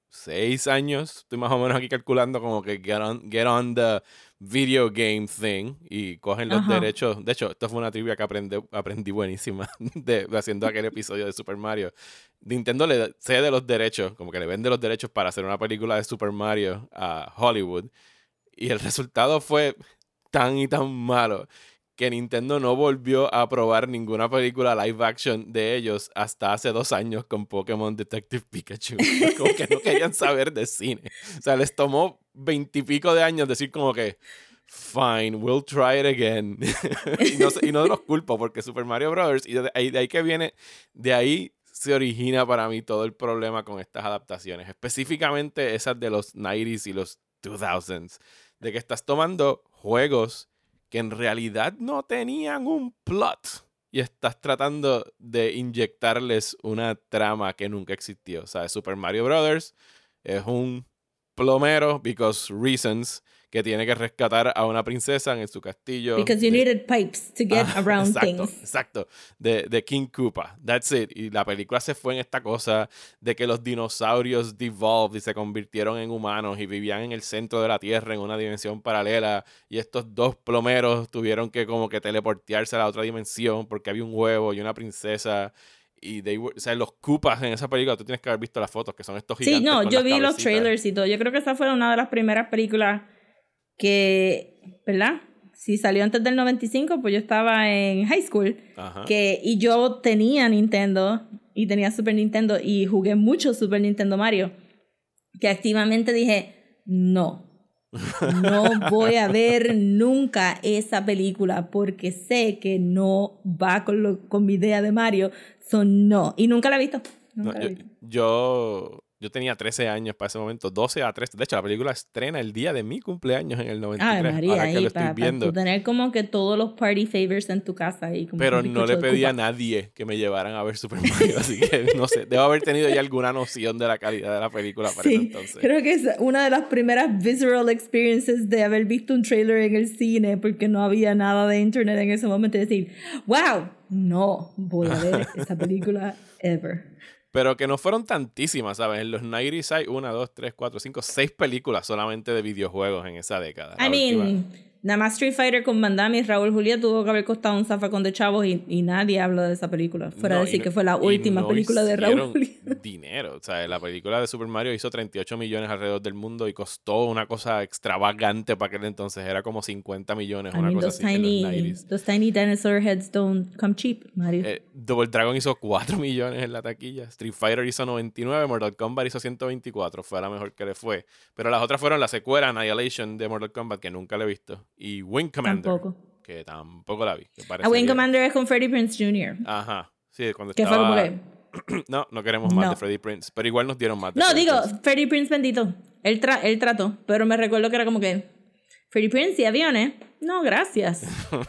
6 años, estoy más o menos aquí calculando como que get on the video game thing y cogen los derechos. De hecho, esto fue una trivia que aprendí buenísima haciendo aquel episodio de Super Mario. Nintendo le cede los derechos, como que le vende los derechos para hacer una película de Super Mario a Hollywood, y el resultado fue tan y tan malo que Nintendo no volvió a probar ninguna película live action de ellos hasta hace 2 años con Pokémon Detective Pikachu. Como que no querían saber de cine. O sea, les tomó 20 y pico de años decir como que fine, we'll try it again. y no los culpo porque Super Mario Brothers, y de ahí que viene, de ahí se origina para mí todo el problema con estas adaptaciones, específicamente esas de los 90s y los 2000s, de que estás tomando juegos que en realidad no tenían un plot y estás tratando de inyectarles una trama que nunca existió. O sea, Super Mario Brothers es un plomero, because reasons, que tiene que rescatar a una princesa en su castillo. Because you needed pipes to get around exacto, things. Exacto, de King Koopa. That's it. Y la película se fue en esta cosa de que los dinosaurios devolved y se convirtieron en humanos y vivían en el centro de la Tierra en una dimensión paralela, y estos 2 plomeros tuvieron que como que teleportearse a la otra dimensión porque había un huevo y una princesa. Y o sea, los Koopas en esa película, tú tienes que haber visto las fotos, que son estos gigantes. Sí, no, con yo las vi los cabecitas. trailers y todo. Yo creo que esa fue una de las primeras películas que, ¿verdad? Si salió antes del 95, pues yo estaba en high school. Ajá. Y yo tenía Nintendo y tenía Super Nintendo y jugué mucho Super Nintendo Mario. Que activamente dije, no voy a ver nunca esa película porque sé que no va con mi idea de Mario. No. Y nunca la he visto. Nunca la he visto. Yo tenía 13 años para ese momento, 12 a 13. De hecho, la película estrena el día de mi cumpleaños en el 93. Ay, María, ahora que ahí lo estoy viendo. para tener como que todos los party favors en tu casa. Y como Pero un no bizcocho le de pedí a Cuba. nadie que me llevaran a ver Super Mario, así que no sé, debo haber tenido ya alguna noción de la calidad de la película para ese Sí, entonces. creo que es una de las primeras visceral experiences de haber visto un trailer en el cine porque no había nada de internet en ese momento y decir, wow, no voy a ver esa película ever. Pero que no fueron tantísimas, ¿sabes? En los 90s hay 1, 2, 3, 4, 5, 6 películas solamente de videojuegos en esa década. I mean, nada más Street Fighter con Van Damme y Raúl Julia tuvo que haber costado un zafacón de chavos y nadie habla de esa película. Fuera de decir que fue la última película de Raúl Julia. Dinero. O sea, la película de Super Mario hizo 38 millones alrededor del mundo y costó una cosa extravagante para aquel entonces. Era como 50 millones, una cosa así en los 90s. Those tiny dinosaur heads don't come cheap, Mario. Double Dragon hizo 4 millones en la taquilla. Street Fighter hizo 99. Mortal Kombat hizo 124. Fue la mejor que le fue. Pero las otras fueron la secuela Annihilation de Mortal Kombat, que nunca le he visto. Y Wing Commander, que tampoco la vi. Wing Commander es con Freddie Prinze Jr. Ajá. Sí, cuando ¿Qué estaba... fue como que? No queremos más de Freddie Prinze. Pero igual nos dieron más de Freddie Prinze. Freddie Prinze bendito. Él trató. Pero me recuerdo que era como que... Freddie Prinze y aviones. No, gracias.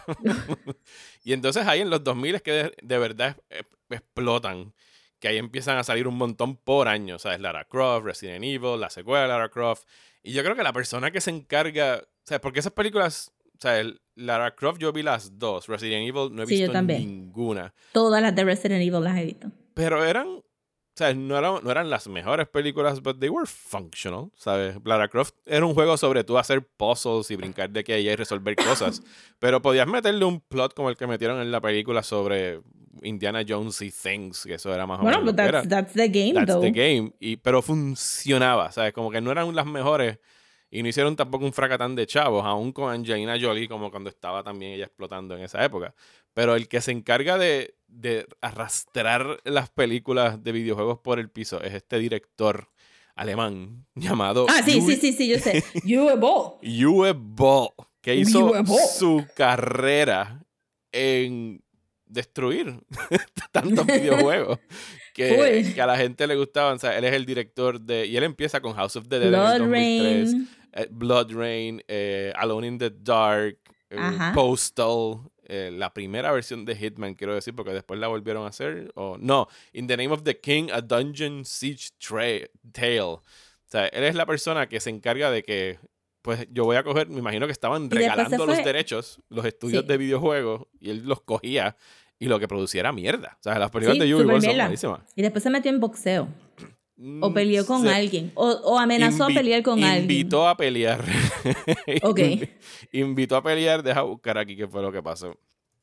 Y entonces ahí en los 2000 es que de verdad explotan. Que ahí empiezan a salir un montón por año. ¿Sabes? Lara Croft, Resident Evil, la secuela de Lara Croft. Y yo creo que la persona que se encarga... O sea, porque esas películas... O sea, Lara Croft yo vi las 2. Resident Evil no he visto ninguna. Todas las de Resident Evil las he visto. Pero eran... O sea, no eran las mejores películas, but they were functional, ¿sabes? Lara Croft era un juego sobre tú hacer puzzles y brincar de aquí a allá y resolver cosas. Pero podías meterle un plot como el que metieron en la película sobre Indiana Jones y Things, que eso era más o menos Bueno, pero that's the game, That's the game. Pero funcionaba, ¿sabes? Como que no eran las mejores y no hicieron tampoco un fracatán de chavos, aún con Angelina Jolie, como cuando estaba también ella explotando en esa época. Pero el que se encarga de arrastrar las películas de videojuegos por el piso es este director alemán llamado... Sí, yo sé. Uwe Boll, que hizo su carrera en destruir tantos videojuegos que a la gente le gustaban. O sea, él es el director de... Y él empieza con House of the Dead en el 2003. Blood Rain, Alone in the Dark, Postal... la primera versión de Hitman, quiero decir, porque después la volvieron a hacer. In the Name of the King, a Dungeon Siege Tale. O sea, él es la persona que se encarga de que, pues yo voy a coger, me imagino que estaban regalando los derechos, los estudios de videojuegos, y él los cogía y lo que producía era mierda. O sea, las películas de Uwe Boll son buenísimas. Y después se metió en boxeo. O peleó con alguien. O amenazó a pelear con alguien. Invitó a pelear. Ok. Invitó a pelear. Deja buscar aquí qué fue lo que pasó.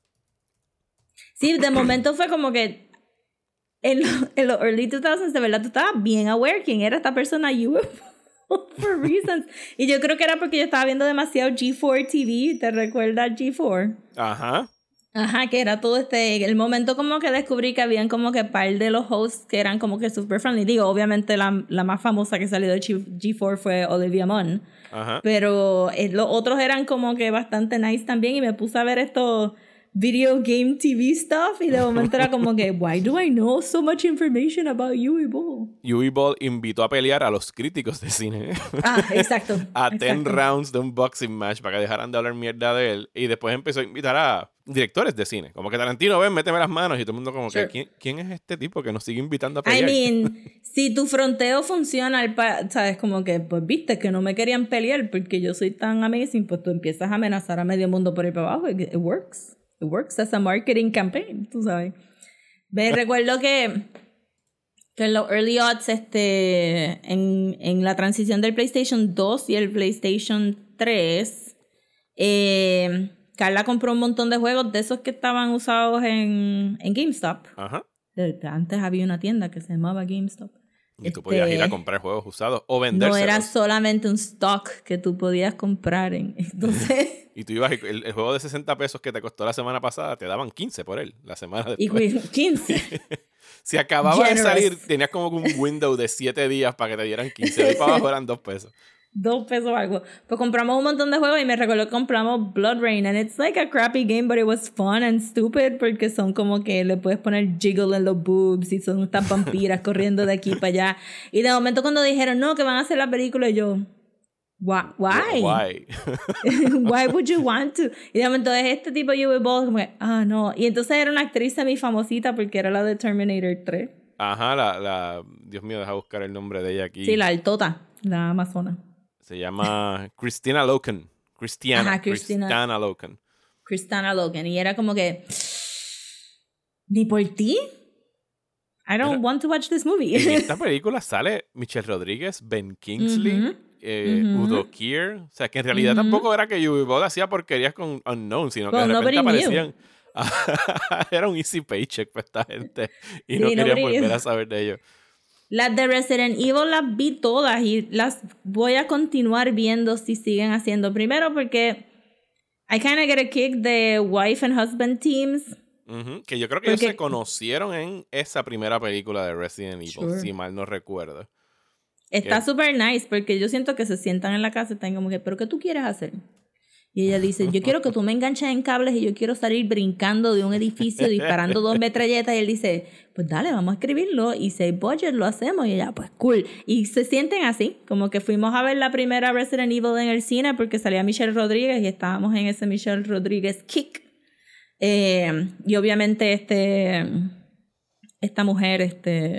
Sí, de momento fue como que en los early 2000s, de verdad, tú estabas bien aware quién era esta persona. for reasons. Y yo creo que era porque yo estaba viendo demasiado G4 TV. ¿Te recuerdas G4? Ajá. Ajá, que era todo el momento como que descubrí que habían como que par de los hosts que eran como que super friendly. Digo, obviamente la más famosa que salió de G4 fue Olivia Munn. Ajá. Pero los otros eran como que bastante nice también y me puse a ver estos video game TV stuff y de momento era como que, why do I know so much information about Uwe Boll? Uwe Boll invitó a pelear a los críticos de cine. Ah, exacto. A 10 rounds de un boxing match para que dejaran de hablar mierda de él. Y después empezó a invitar a directores de cine. Como que Tarantino, ven, méteme las manos. Y todo el mundo como Sure. que, ¿quién es este tipo que nos sigue invitando a I pelear? mean, si tu fronteo funciona, sabes, como que, pues viste que no me querían pelear porque yo soy tan amazing, pues tú empiezas a amenazar a medio mundo por ahí para abajo. It works. It works as a marketing campaign, tú sabes. Recuerdo que en los early odds, en la transición del PlayStation 2 y el PlayStation 3, Carla compró un montón de juegos de esos que estaban usados en GameStop. Ajá. Antes había una tienda que se llamaba GameStop. Y tú podías ir a comprar juegos usados o vendérselos. No era solamente un stock que tú podías comprar. Entonces... Y tú ibas, el juego de 60 pesos que te costó la semana pasada, te daban 15 por él, la semana y después. 15. Si acababa Generous. de salir, tenías como un window de 7 días para que te dieran 15. De ahí para abajo eran 2 pesos. 2 pesos o algo. Pues compramos un montón de juegos y me recuerdo que compramos Blood Rain. And it's like a crappy game, but it was fun and stupid porque son como que le puedes poner jiggle en los boobs y son estas vampiras corriendo de aquí para allá. Y de momento cuando dijeron, no, que van a hacer la película, y yo... Why? Why? Why would you want to? Y de momento es este tipo Uwe Boll, como que, no. Y entonces era una actriz semi famosita porque era la de Terminator 3. Ajá, Dios mío, deja buscar el nombre de ella aquí. Sí, la altota, la amazona. Se llama Christina Loken. Christiana Loken. Christiana Loken. Y era como que, ¿ni por ti? I don't want to watch this movie. En esta película sale Michelle Rodríguez, Ben Kingsley, Udo Kier. O sea, que en realidad tampoco era que Uwe Boll hacía porquerías con Unknown, sino que de repente aparecían. Era un easy paycheck para esta gente. Y no querían volver a saber de ellos. Las de Resident Evil las vi todas y las voy a continuar viendo si siguen haciendo. Primero porque I kind of get a kick de wife and husband teams. Que yo creo que ellos se conocieron en esa primera película de Resident Evil, Sure. si mal no recuerdo. Está súper nice porque yo siento que se sientan en la casa y están como que, ¿pero qué tú quieres hacer? Y ella dice, yo quiero que tú me enganches en cables y yo quiero salir brincando de un edificio disparando 2 metralletas. Y él dice, pues dale, vamos a escribirlo. Y si hay budget, lo hacemos. Y ella, pues cool. Y se sienten así, como que fuimos a ver la primera Resident Evil en el cine porque salía Michelle Rodríguez y estábamos en ese Michelle Rodríguez kick. Y obviamente esta mujer,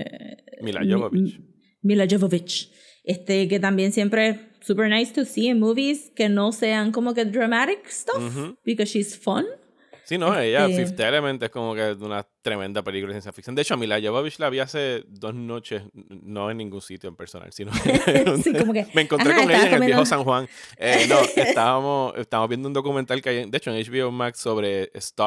Mila Jovovich, que también siempre super nice to see in movies que no sean como que dramatic stuff, because she's fun. Sí, no, ella, Fifth Element es como que una tremenda película de ciencia ficción. De hecho, a Mila Jovovich la vi hace 2 noches, no en ningún sitio en personal, sino sí, como que, me encontré con ella en el viejo San Juan. No, estábamos viendo un documental que hay, de hecho, en HBO Max sobre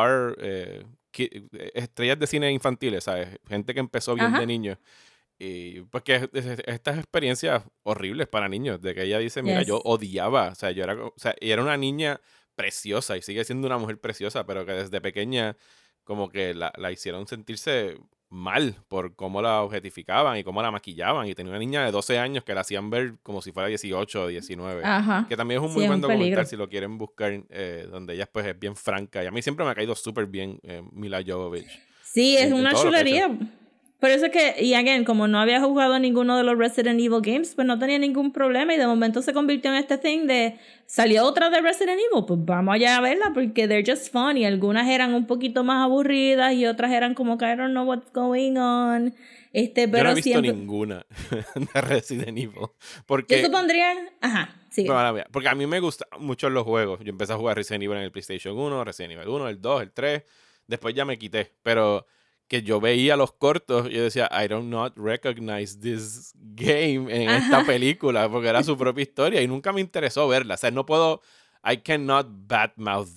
estrellas de cine infantiles, ¿sabes? Gente que empezó bien de niños. Y pues que estas experiencias horribles para niños, de que ella dice, mira, yo odiaba, o sea, y era una niña preciosa y sigue siendo una mujer preciosa, pero que desde pequeña como que la hicieron sentirse mal por cómo la objetificaban y cómo la maquillaban, y tenía una niña de 12 años que la hacían ver como si fuera 18 o 19. Ajá. Que también es un muy buen documental si lo quieren buscar, donde ella pues es bien franca, y a mí siempre me ha caído súper bien Mila Jovovich. Sí, es una chulería. Por eso es que, y again, como no había jugado ninguno de los Resident Evil games, pues no tenía ningún problema y de momento se convirtió en este thing de, salió otra de Resident Evil, pues vamos allá a verla porque they're just fun, y algunas eran un poquito más aburridas y otras eran como que I don't know what's going on. Pero yo no he visto ninguna de Resident Evil. Porque, yo supondría, sigue. Porque a mí me gustan mucho los juegos. Yo empecé a jugar Resident Evil en el PlayStation 1, Resident Evil 1, el 2, el 3, después ya me quité, pero que yo veía los cortos y yo decía, I don't not recognize this game en esta película, porque era su propia historia y nunca me interesó verla. O sea, no puedo, I cannot badmouth them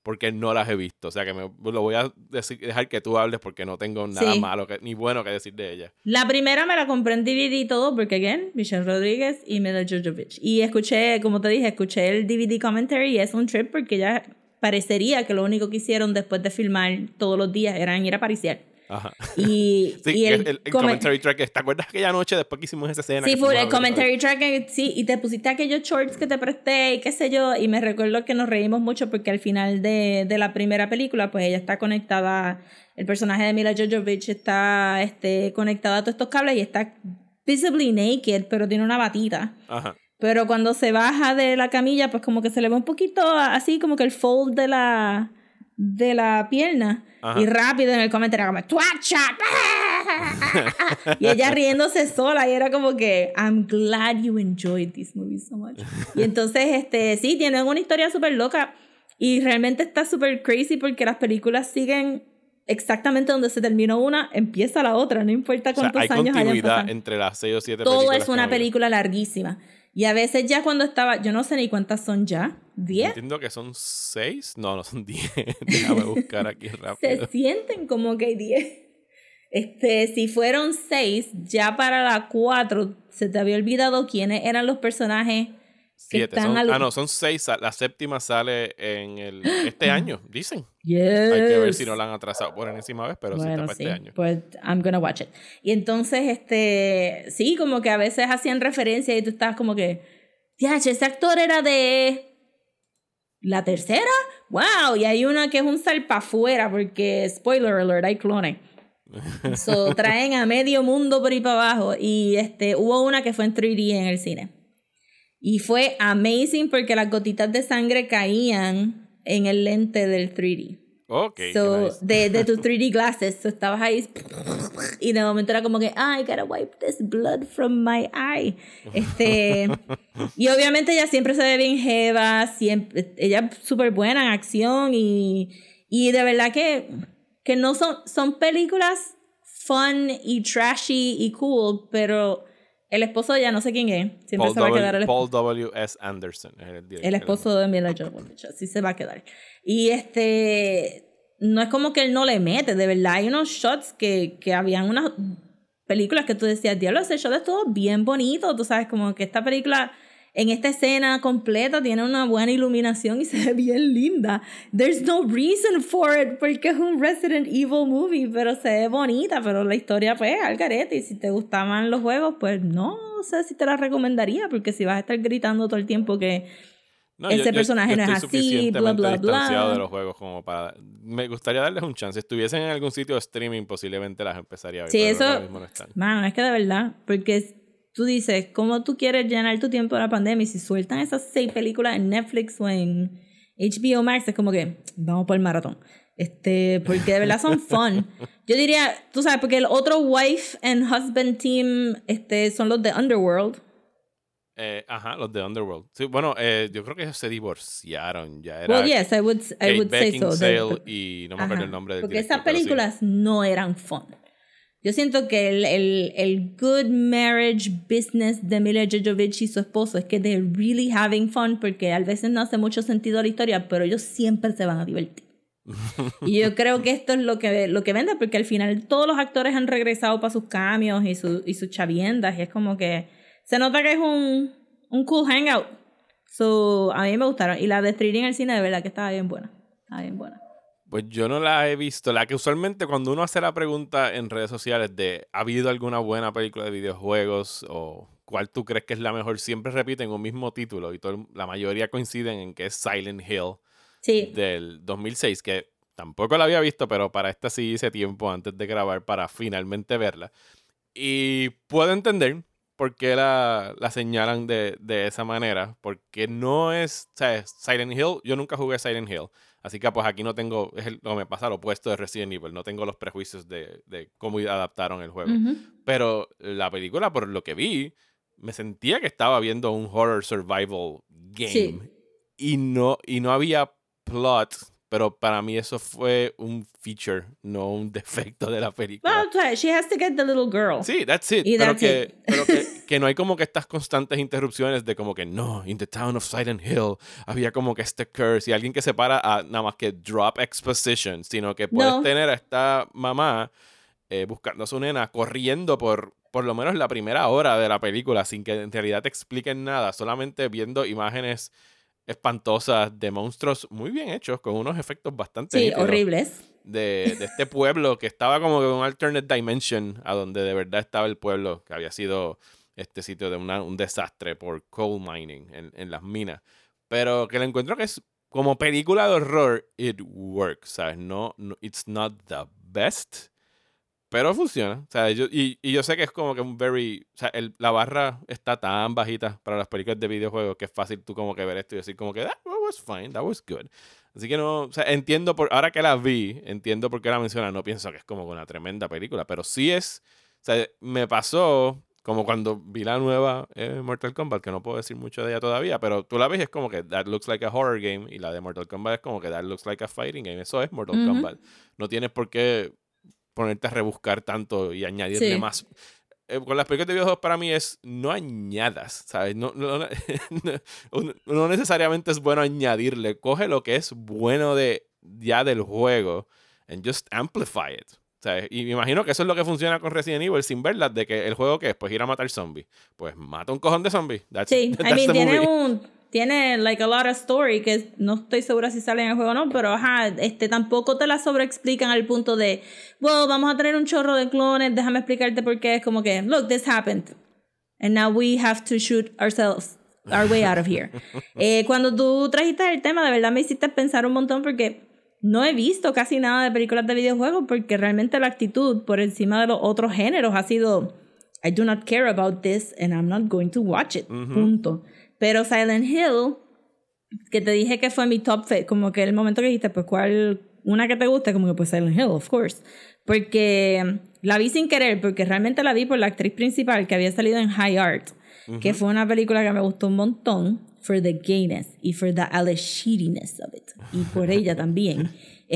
porque no las he visto. O sea que lo voy a dejar que tú hables porque no tengo nada malo ni bueno que decir de ella. La primera me la compré en DVD y todo porque, again, Michelle Rodríguez y Mila Jovovich. Y escuché, como te dije, escuché el DVD commentary y es un trip porque ya parecería que lo único que hicieron después de filmar todos los días era ir a pariciar. Ajá. Y, sí, y el commentary track, ¿te acuerdas aquella noche después que hicimos esa escena? Sí, fue el commentary track, sí, y te pusiste aquellos shorts que te presté y qué sé yo, y me recuerdo que nos reímos mucho porque al final de la primera película, pues ella está conectada, el personaje de Mila Jovovich está conectada a todos estos cables y está visibly naked, pero tiene una batita. Ajá. Pero cuando se baja de la camilla, pues como que se le ve un poquito así, como que el fold de la pierna. Ajá. Y rápido en el comentario como ¡Tuacha! Y ella riéndose sola y era como que I'm glad you enjoyed this movie so much. Y entonces sí, tienen una historia súper loca y realmente está súper crazy porque las películas siguen exactamente donde se terminó una, empieza la otra, no importa cuántos años hayan pasado. Hay continuidad entre las 6 o 7 todo películas. Todo es una película larguísima. Y a veces ya cuando estaba, yo no sé ni cuántas son ya, ¿10? Entiendo que son 6, no son 10. Déjame buscar aquí rápido. Se sienten como que 10. Si fueron 6, ya para la 4 se te había olvidado quiénes eran los personajes que 7. Son 6. La séptima sale en este año, dicen. Yes. Hay que ver si no la han atrasado por enésima vez, pero bueno, sí está para este año. Pues I'm gonna watch it. Y entonces, sí, como que a veces hacían referencia y tú estabas como que, ya, ese actor era de la tercera. Wow, y hay una que es un salpa afuera porque, spoiler alert, hay clones. So, traen a medio mundo por ahí para abajo. Y hubo una que fue en 3D en el cine. Y fue amazing porque las gotitas de sangre caían en el lente del 3D. Ok. So, nice. de tus 3D glasses. So, estabas ahí y de momento era como que, I gotta wipe this blood from my eye. Y obviamente ella siempre se ve bien jeva, ella es súper buena en acción y de verdad que no son películas fun y trashy y cool, pero el esposo de ella, no sé quién es. Siempre se va a quedar el Paul W.S. Anderson es el director. El esposo de Mila Jovovich. Así se va a quedar. Y no es como que él no le mete, de verdad. Hay unos shots que habían unas películas que tú decías, diablo, ese shot es todo bien bonito. Tú sabes, como que esta película, en esta escena completa, tiene una buena iluminación y se ve bien linda. There's no reason for it, porque es un Resident Evil movie, pero se ve bonita, pero la historia, pues, al garete. Y si te gustaban los juegos, pues, no sé si te la recomendaría, porque si vas a estar gritando todo el tiempo que ese personaje no es así, bla, bla, bla. De los juegos como para... Me gustaría darles un chance. Si estuviesen en algún sitio de streaming, posiblemente las empezaría a ver. Sí, eso... Ahora mismo no están. Mano, es que de verdad, porque tú dices, ¿cómo tú quieres llenar tu tiempo de la pandemia? Y si sueltan esas 6 películas en Netflix o en HBO Max, es como que vamos por el maratón. Porque de verdad son fun. Yo diría, tú sabes, porque el otro wife and husband team son los de Underworld. Los de Underworld. Sí, bueno, yo creo que ellos se divorciaron. Ya era well, yes, I would say so. Y no me acuerdo el nombre del porque director, esas películas no eran fun. Yo siento que el good marriage business de Mila Jovovich y su esposo es que they're really having fun porque a veces no hace mucho sentido la historia, pero ellos siempre se van a divertir. Y yo creo que esto es lo que vende, porque al final todos los actores han regresado para sus cambios y sus chaviendas, y es como que se nota que es un cool hangout. So, a mí me gustaron. Y la de 3D en el cine, de verdad que estaba bien buena. Estaba bien buena. Pues yo no la he visto. La que usualmente cuando uno hace la pregunta en redes sociales de ¿ha habido alguna buena película de videojuegos o cuál tú crees que es la mejor? Siempre repiten un mismo título y la mayoría coinciden en que es Silent Hill, sí, del 2006, que tampoco la había visto, pero para esta sí hice tiempo antes de grabar para finalmente verla. Y puedo entender por qué la señalan de esa manera, porque no es, o sea, Silent Hill, yo nunca jugué Silent Hill. Así que pues aquí no tengo, lo que me pasa lo opuesto de Resident Evil, no tengo los prejuicios de cómo adaptaron el juego. Uh-huh. Pero la película, por lo que vi, me sentía que estaba viendo un horror survival game. Sí. Y no había plot pero para mí eso fue un feature, no un defecto de la película. Well, she has to get the little girl. Sí, that's it. Y Pero, that's que no hay como que estas constantes interrupciones de como que no, in the town of Silent Hill había como que este curse y alguien que se para a nada más que drop exposition, sino que puedes tener a esta mamá buscando a su nena corriendo por lo menos la primera hora de la película sin que en realidad te expliquen nada, solamente viendo imágenes espantosas de monstruos muy bien hechos con unos efectos bastante nítidos horribles de este pueblo que estaba como que en un alternate dimension a donde de verdad estaba el pueblo que había sido este sitio de un desastre por coal mining en las minas, pero que le encuentro que es como película de horror, it works, ¿sabes? No, it's not the best, pero funciona. O sea, yo sé que es como que un very... O sea, la barra está tan bajita para las películas de videojuegos que es fácil tú como que ver esto y decir como que that was fine, that was good. Así que no... O sea, entiendo ahora que la vi, entiendo por qué la menciona. No pienso que es como una tremenda película, pero sí es... O sea, me pasó como cuando vi la nueva Mortal Kombat, que no puedo decir mucho de ella todavía, pero tú la ves y es como que that looks like a horror game y la de Mortal Kombat es como que that looks like a fighting game. Eso es Mortal Kombat. No tienes por qué ponerte a rebuscar tanto y añadirle más. Con las películas de videojuegos para mí es no añadas, ¿sabes? No necesariamente es bueno añadirle. Coge lo que es bueno ya del juego and just amplify it. ¿Sabes? Y me imagino que eso es lo que funciona con Resident Evil sin verlas, de que el juego que es, pues ir a matar zombies. Pues mata un cojón de zombies. That's the movie. Tiene like a lot of story que no estoy segura si sale en el juego o no, pero tampoco te la sobreexplican al punto de, well, vamos a tener un chorro de clones, déjame explicarte por qué. Es como que, look, this happened and now we have to shoot our way out of here. Cuando tú trajiste el tema, de verdad me hiciste pensar un montón porque no he visto casi nada de películas de videojuegos porque realmente la actitud por encima de los otros géneros ha sido, I do not care about this and I'm not going to watch it, punto. Pero Silent Hill, que te dije que fue mi top fit, como que el momento que dijiste, pues ¿cuál? Una que te guste, como que pues Silent Hill, of course. Porque la vi sin querer, porque realmente la vi por la actriz principal que había salido en High Art, que fue una película que me gustó un montón, for the gayness y for the shittiness of it. Y por ella también.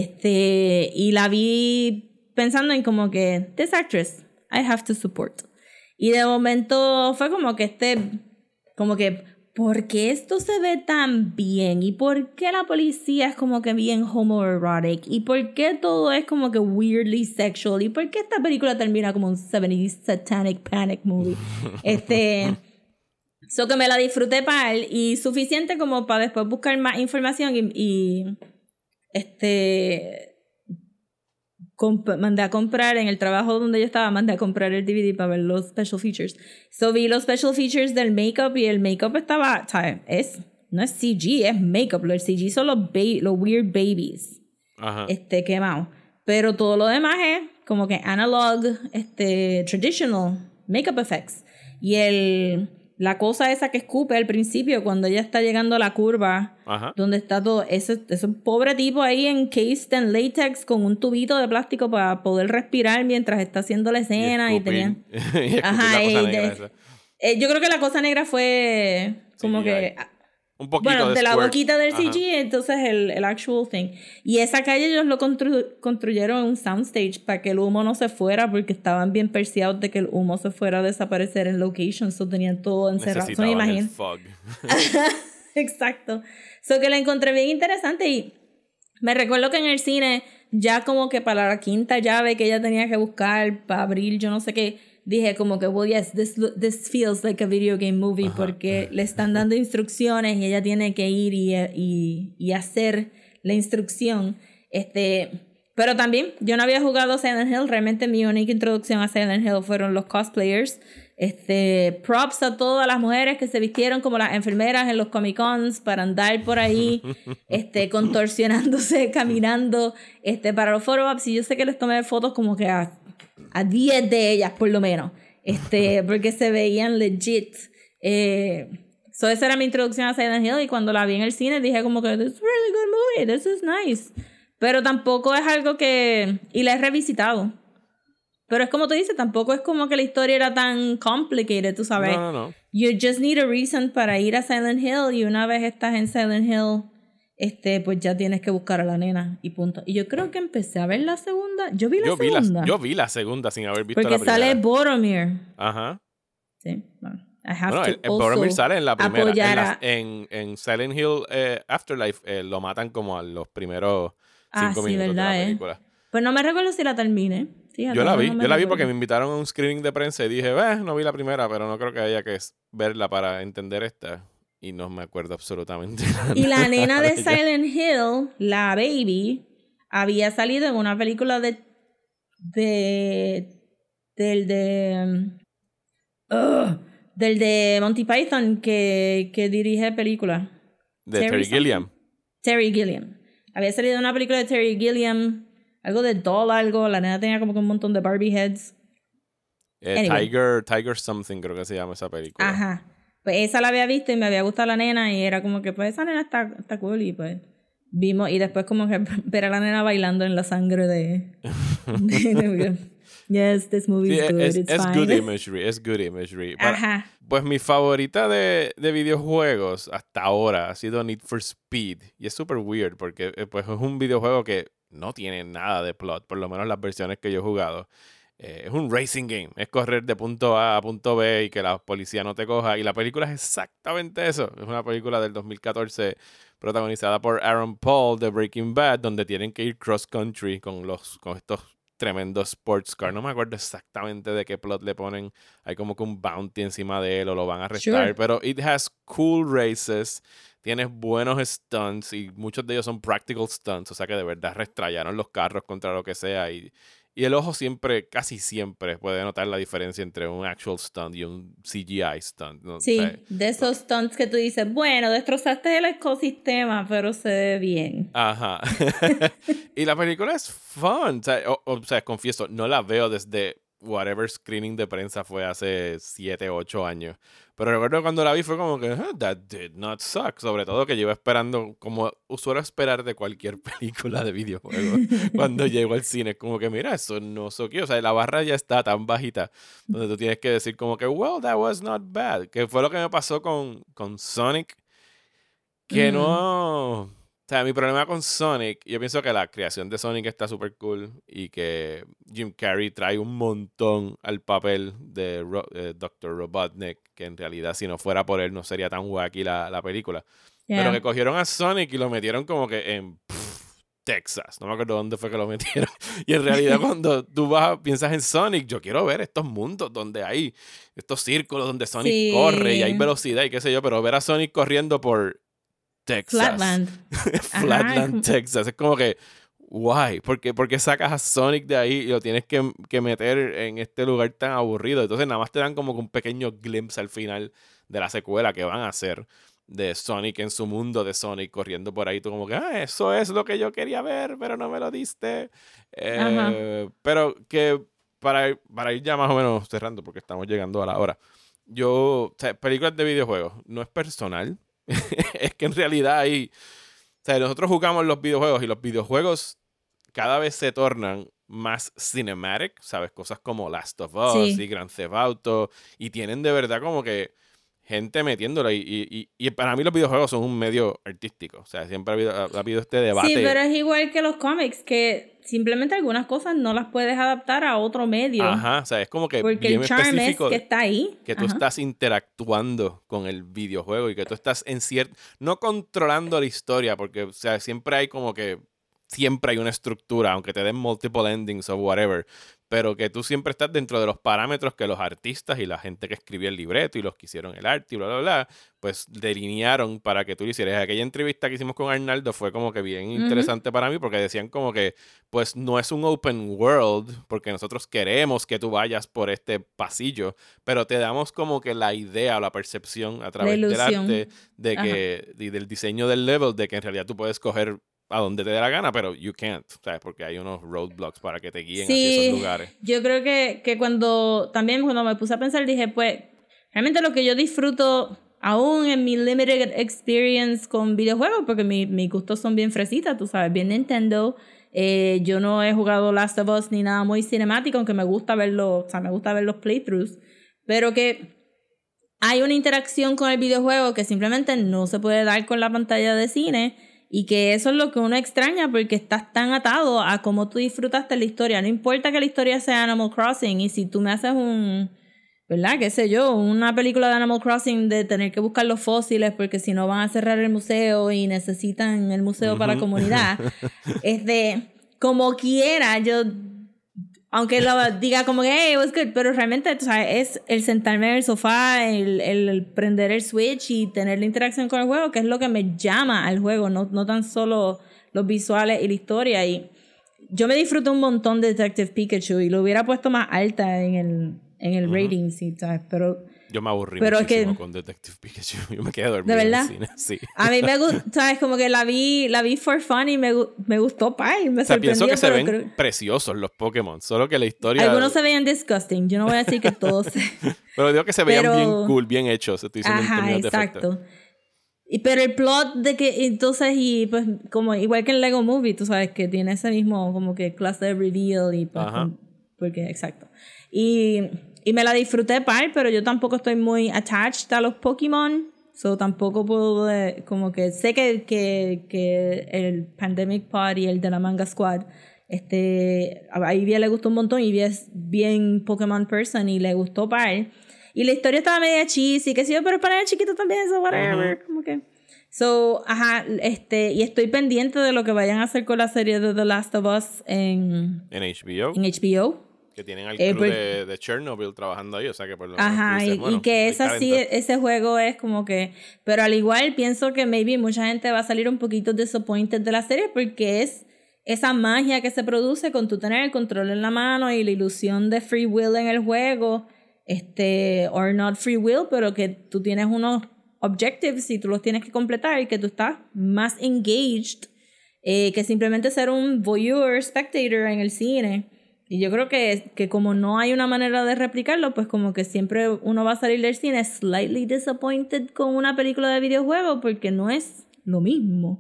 Y la vi pensando en como que, this actress, I have to support. Y de momento fue como que ¿por qué esto se ve tan bien? ¿Y por qué la policía es como que bien homoerotic? ¿Y por qué todo es como que weirdly sexual? ¿Y por qué esta película termina como un 70s satanic panic movie? So que me la disfruté y suficiente como para después buscar más información mandé a comprar en el trabajo donde yo estaba, mandé a comprar el DVD para ver los special features. So vi los special features del make-up y el make-up estaba, no es CG, es make-up. Los CG son los weird babies. Ajá. Quemados. Pero todo lo demás es como que analog, traditional make-up effects. Y la cosa esa que escupe al principio cuando ella está llegando a la curva, donde está todo ese pobre tipo ahí encased en latex con un tubito de plástico para poder respirar mientras está haciendo la escena y tenían yo creo que la cosa negra fue como que un poquito de la boquita del CG, entonces el actual thing. Y esa calle ellos lo construyeron en un soundstage para que el humo no se fuera, porque estaban bien perseados de que el humo se fuera a desaparecer en location, so tenían todo encerrado. Necesitaban el fog. Exacto. So que la encontré bien interesante y me recuerdo que en el cine, ya como que para la quinta llave que ella tenía que buscar para abrir yo no sé qué, dije como que, well, yes, this feels like a video game movie, porque le están dando instrucciones y ella tiene que ir y hacer la instrucción. Pero también, yo no había jugado Silent Hill, realmente mi única introducción a Silent Hill fueron los cosplayers. Props a todas las mujeres que se vistieron como las enfermeras en los Comic Cons para andar por ahí, contorsionándose, caminando, para los photo-ops. Y yo sé que les tomé fotos como que a 10 de ellas por lo menos, porque se veían legit. So esa era mi introducción a Silent Hill, y cuando la vi en el cine dije como que this is a really good movie, this is nice. Pero tampoco es algo que... Y la he revisitado. Pero es como tú dices, tampoco es como que la historia era tan complicated, tú sabes. No. You just need a reason para ir a Silent Hill, y una vez estás en Silent Hill pues ya tienes que buscar a la nena y punto. Y yo creo que empecé a ver la segunda. Yo vi la segunda. Yo vi la segunda sin haber visto la porque primera. sale Boromir. Ajá. Sí, bueno. I have Bueno, to el Boromir sale en la primera. apoyar En Silent Hill Afterlife lo matan como a los primeros 5 sí, minutos verdad, de la película. Pues no me recuerdo si la terminé. Fíjate, Yo la vi, no me yo la vi recuerdo. porque me invitaron a un screening de prensa y dije, no vi la primera, pero no creo que haya que verla para entender esta. Y no me acuerdo absolutamente nada. Y la nena de ella. Silent Hill, la baby, había salido en una película del de Monty Python que dirige película. De Terry Gilliam. Terry Gilliam. Había salido en una película de Terry Gilliam, algo de doll, algo. La nena tenía como que un montón de Barbie heads. Anyway. Tiger Something creo que se llama esa película. Ajá. Pues esa la había visto y me había gustado la nena y era como que pues esa nena está cool y pues vimos y después como que ver a la nena bailando en la sangre de yes, this movie is good, it's es fine. good imagery. Ajá. Pues mi favorita de videojuegos hasta ahora ha sido Need for Speed. Y es super weird porque pues es un videojuego que no tiene nada de plot, por lo menos las versiones que yo he jugado. Es un racing game, es correr de punto A a punto B y que la policía no te coja. Y la película es exactamente eso. Es una película del 2014 protagonizada por Aaron Paul de Breaking Bad, donde tienen que ir cross country con estos tremendos sports cars. No me acuerdo exactamente de qué plot le ponen. Hay como que un bounty encima de él o lo van a arrestar. Sure. Pero it has cool races. Tienes buenos stunts y muchos de ellos son practical stunts. O sea que de verdad restrellaron los carros contra lo que sea. Y el ojo casi siempre puede notar la diferencia entre un actual stunt y un CGI stunt, ¿no? Sí, o sea, de esos stunts que tú dices, bueno, destrozaste el ecosistema, pero se ve bien. Ajá. Y la película es fun. O sea, confieso, no la veo desde whatever screening de prensa fue hace 7, 8 años. Pero recuerdo cuando la vi fue como que, that did not suck. Sobre todo que yo iba esperando, como suelo esperar de cualquier película de videojuegos, cuando llego al cine. Como que, mira, eso no suckió. O sea, la barra ya está tan bajita, donde tú tienes que decir como que, well, that was not bad. Que fue lo que me pasó con Sonic, que no... O sea, mi problema con Sonic, yo pienso que la creación de Sonic está súper cool y que Jim Carrey trae un montón al papel de Dr. Robotnik, que en realidad si no fuera por él no sería tan wacky la película. Yeah. Pero que cogieron a Sonic y lo metieron como que en Texas. No me acuerdo dónde fue que lo metieron. Y en realidad cuando tú piensas en Sonic, yo quiero ver estos mundos donde hay estos círculos donde Sonic corre y hay velocidad y qué sé yo, pero ver a Sonic corriendo por Texas. Flatland. Flatland, Texas. Es como que, why? ¿Por qué sacas a Sonic de ahí y lo tienes que meter en este lugar tan aburrido? Entonces nada más te dan como que un pequeño glimpse al final de la secuela que van a hacer de Sonic en su mundo de Sonic corriendo por ahí. Tú como que, eso es lo que yo quería ver, pero no me lo diste. Pero que para ir ya más o menos cerrando, porque estamos llegando a la hora. O sea, películas de videojuegos, no es personal. Es que en realidad o sea, nosotros jugamos los videojuegos y los videojuegos cada vez se tornan más cinematic, ¿sabes? Cosas como Last of Us y Grand Theft Auto y tienen de verdad como que gente metiéndola y para mí los videojuegos son un medio artístico, o sea, siempre ha habido este debate. Sí, pero es igual que los cómics, que simplemente algunas cosas no las puedes adaptar a otro medio. Ajá, o sea, es como que porque bien el charm específico es que está ahí. que tú estás interactuando con el videojuego y que tú estás no controlando la historia, porque o sea, siempre hay una estructura, aunque te den multiple endings o whatever, pero que tú siempre estás dentro de los parámetros que los artistas y la gente que escribió el libreto y los que hicieron el arte y bla, bla, bla, pues delinearon para que tú lo hicieras. Aquella entrevista que hicimos con Arnaldo fue como que bien interesante para mí, porque decían como que pues no es un open world, porque nosotros queremos que tú vayas por este pasillo, pero te damos como que la idea o la percepción a través del arte y del diseño del level, de que en realidad tú puedes coger a donde te dé la gana, pero you can't, ¿sabes? Porque hay unos roadblocks para que te guíen hacia esos lugares. Yo creo que cuando me puse a pensar, dije, pues, realmente lo que yo disfruto aún en mi limited experience con videojuegos, porque mis gustos son bien fresitas, tú sabes, bien Nintendo. Yo no he jugado Last of Us ni nada muy cinemático, aunque me gusta verlo, o sea, me gusta ver los playthroughs, pero que hay una interacción con el videojuego que simplemente no se puede dar con la pantalla de cine. Y que eso es lo que uno extraña porque estás tan atado a cómo tú disfrutaste la historia. No importa que la historia sea Animal Crossing, y si tú me haces ¿verdad? Qué sé yo, una película de Animal Crossing de tener que buscar los fósiles porque si no van a cerrar el museo y necesitan el museo para la comunidad. Como quiera, yo, aunque lo diga como que, hey, it was good, pero realmente, tú sabes, es el sentarme en el sofá, el prender el Switch y tener la interacción con el juego, que es lo que me llama al juego, no tan solo los visuales y la historia. Y yo me disfruto un montón de Detective Pikachu y lo hubiera puesto más alta en el rating, sí, ¿sabes? Pero yo me aburrí pero muchísimo con Detective Pikachu. Yo me quedé dormido ¿de verdad? en el cine. Sí. A mí me gusta, ¿sabes? Como que la vi for fun y me gustó, me sorprendió. Pienso que se ven preciosos los Pokémon, solo que la historia... Algunos se veían disgusting, yo no voy a decir que todos... Pero digo que se veían bien cool, bien hechos, estoy diciendo en términos de efecto. Pero el plot de que entonces, y pues como igual que en Lego Movie, tú sabes que tiene ese mismo como que clase de reveal y pues porque, exacto. Y me la disfruté pero yo tampoco estoy muy attached a los Pokémon. So tampoco puedo, como que sé que el Pandemic Pod y el de la Manga Squad, a Ivy le gustó un montón. Ivy es bien Pokémon person y le gustó y la historia estaba media cheesy, que sí, pero para el chiquito también, so whatever, como que... So, y estoy pendiente de lo que vayan a hacer con la serie de The Last of Us en HBO. En HBO. Que tienen al crew de Chernobyl trabajando ahí, o sea que por lo menos dices, y que es así, ese juego es como que... Pero al igual pienso que maybe mucha gente va a salir un poquito disappointed de la serie porque es esa magia que se produce con tú tener el control en la mano y la ilusión de free will en el juego, or not free will, pero que tú tienes unos objectives y tú los tienes que completar y que tú estás más engaged que simplemente ser un voyeur, spectator en el cine. Y yo creo que como no hay una manera de replicarlo, pues como que siempre uno va a salir del cine slightly disappointed con una película de videojuego porque no es lo mismo.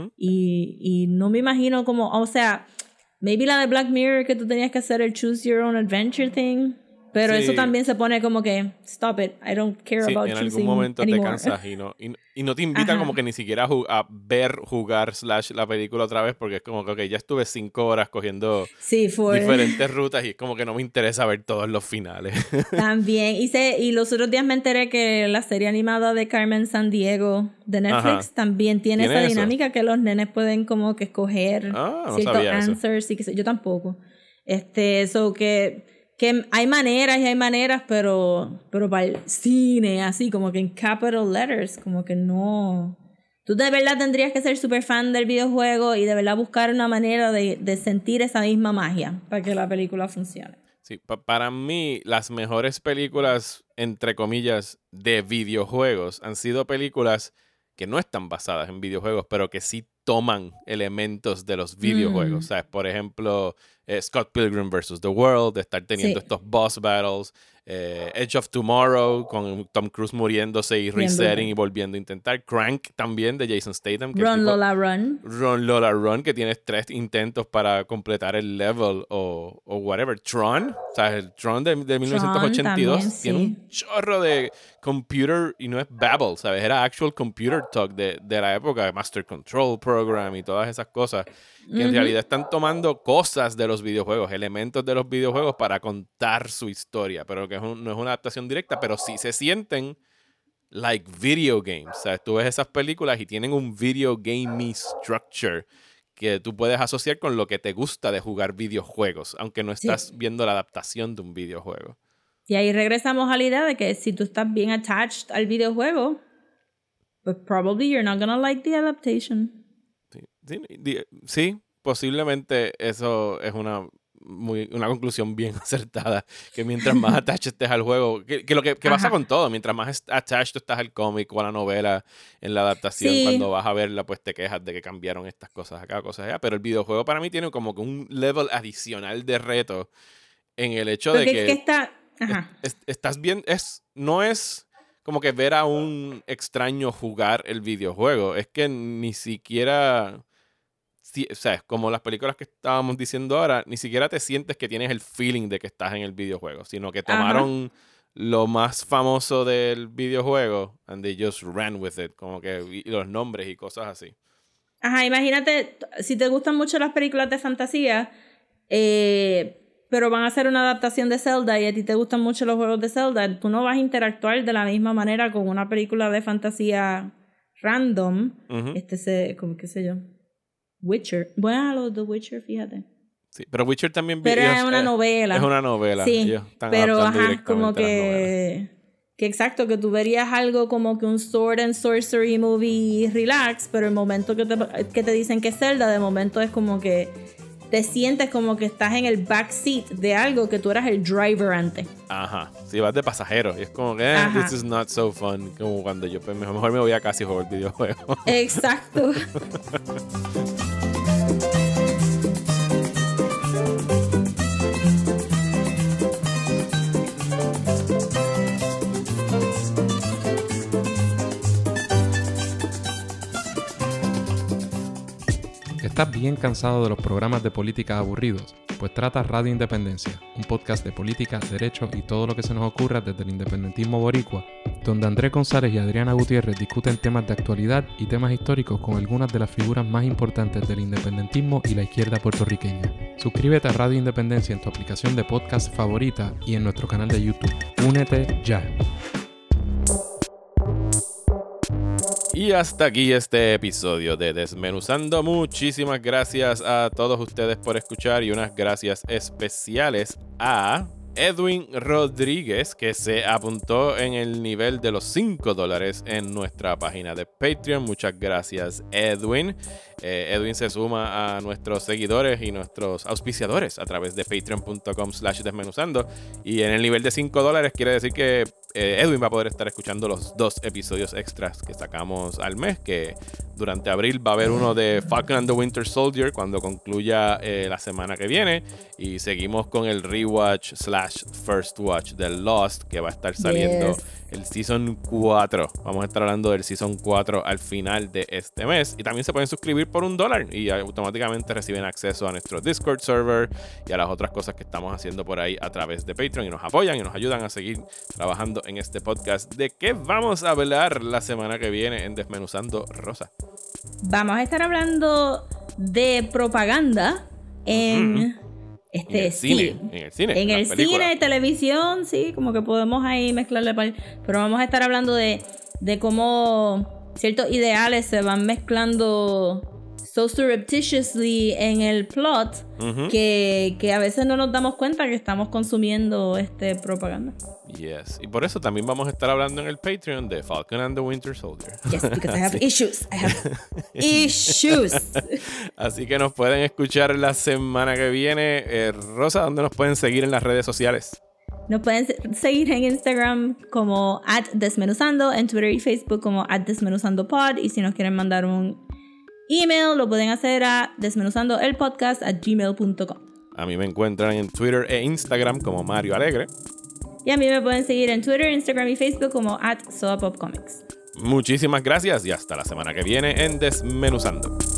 Y no me imagino como, o sea, maybe la de Black Mirror que tú tenías que hacer el choose your own adventure thing, pero eso también se pone como que stop it, I don't care about choosing en algún momento anymore. te cansas y no te invita como que ni siquiera a ver jugar / la película otra vez porque es como que ya estuve 5 horas cogiendo diferentes rutas y es como que no me interesa ver todos los finales. También y los otros días me enteré que la serie animada de Carmen Sandiego de Netflix también tiene esa dinámica que los nenes pueden como que escoger ciertos answers y que yo tampoco. Eso que hay maneras y hay maneras, pero para el cine, así como que en capital letters, como que no... Tú de verdad tendrías que ser súper fan del videojuego y de verdad buscar una manera de sentir esa misma magia para que la película funcione. Sí, para mí las mejores películas, entre comillas, de videojuegos han sido películas que no están basadas en videojuegos, pero que sí toman elementos de los videojuegos. ¿Sabes? Por ejemplo, Scott Pilgrim vs. The World, de estar teniendo estos boss battles, Edge of Tomorrow, con Tom Cruise muriéndose y resetting y volviendo a intentar. Crank también, de Jason Statham. Run, Lola, Run. Run, Lola, Run, que tienes 3 intentos para completar el level o whatever. Tron, ¿sabes? El Tron de 1982 también, tiene un chorro de computer, y no es babble, ¿sabes? Era actual computer talk de la época, Master Control Program y todas esas cosas, que en realidad están tomando cosas de los videojuegos, elementos de los videojuegos para contar su historia, pero que no es una adaptación directa, pero sí se sienten like video games. ¿Sabes? Tú ves esas películas y tienen un video gamey structure que tú puedes asociar con lo que te gusta de jugar videojuegos, aunque no estás viendo la adaptación de un videojuego. Y ahí regresamos a la idea de que si tú estás bien attached al videojuego, pues probably you're not gonna like the adaptation. Sí, posiblemente eso es una conclusión bien acertada, que mientras más attached estés al juego, que lo que pasa con todo, mientras más attached estás al cómic o a la novela en la adaptación, cuando vas a verla pues te quejas de que cambiaron estas cosas acá, cosas allá, pero el videojuego para mí tiene como que un level adicional de reto en el hecho de que estás bien, no es como que ver a un extraño jugar el videojuego, es que ni siquiera... Sí, o sea, como las películas que estábamos diciendo ahora, ni siquiera te sientes que tienes el feeling de que estás en el videojuego, sino que tomaron lo más famoso del videojuego and they just ran with it, como que y los nombres y cosas así. Ajá, imagínate, si te gustan mucho las películas de fantasía, pero van a hacer una adaptación de Zelda y a ti te gustan mucho los juegos de Zelda, tú no vas a interactuar de la misma manera con una película de fantasía random. Como qué sé yo, Witcher. Bueno, los de Witcher, fíjate. Sí, pero Witcher también... Pero es una novela. Es una novela. Sí, ellos están pero adaptando como directamente que exacto, que tú verías algo como que un sword and sorcery movie relax, pero el momento que te dicen que es Zelda, de momento es como que te sientes como que estás en el backseat de algo que tú eras el driver antes. Ajá, sí, vas de pasajero y es como que this is not so fun, como cuando yo pues, mejor me voy a casa y juego el videojuego. Exacto. ¿Estás bien cansado de los programas de política aburridos? Pues trata Radio Independencia, un podcast de política, derecho y todo lo que se nos ocurra desde el independentismo boricua, donde Andrés González y Adriana Gutiérrez discuten temas de actualidad y temas históricos con algunas de las figuras más importantes del independentismo y la izquierda puertorriqueña. Suscríbete a Radio Independencia en tu aplicación de podcast favorita y en nuestro canal de YouTube. Únete ya. Y hasta aquí este episodio de Desmenuzando. Muchísimas gracias a todos ustedes por escuchar y unas gracias especiales a Edwin Rodríguez, que se apuntó en el nivel de los $5 en nuestra página de Patreon. Muchas gracias, Edwin. Edwin se suma a nuestros seguidores y nuestros auspiciadores a través de patreon.com/desmenuzando. Y en el nivel de $5 quiere decir que Edwin va a poder estar escuchando los 2 episodios extras que sacamos al mes, que durante abril va a haber uno de Falcon and the Winter Soldier cuando concluya la semana que viene, y seguimos con el rewatch / first watch de Lost, que va a estar saliendo el Season 4. Vamos a estar hablando del Season 4 al final de este mes, y también se pueden suscribir por $1 y automáticamente reciben acceso a nuestro Discord server y a las otras cosas que estamos haciendo por ahí a través de Patreon, y nos apoyan y nos ayudan a seguir trabajando en este podcast. ¿De qué vamos a hablar la semana que viene en Desmenuzando, Rosa? Vamos a estar hablando de propaganda en el cine. En el cine, televisión, sí, como que podemos ahí mezclarle. Pero vamos a estar hablando de cómo ciertos ideales se van mezclando so surreptitiously en el plot, que a veces no nos damos cuenta que estamos consumiendo propaganda. Yes. Y por eso también vamos a estar hablando en el Patreon de Falcon and the Winter Soldier. Yes, because I have issues. I have issues. Así que nos pueden escuchar la semana que viene. Rosa, ¿dónde nos pueden seguir en las redes sociales? Nos pueden seguir en Instagram como @desmenuzando, en Twitter y Facebook como @desmenuzandopod, y si nos quieren mandar un email, lo pueden hacer a desmenuzandoelpodcast@gmail.com. A mí me encuentran en Twitter e Instagram como Mario Alegre. Y a mí me pueden seguir en Twitter, Instagram y Facebook como @soapopcomics. Muchísimas gracias y hasta la semana que viene en Desmenuzando.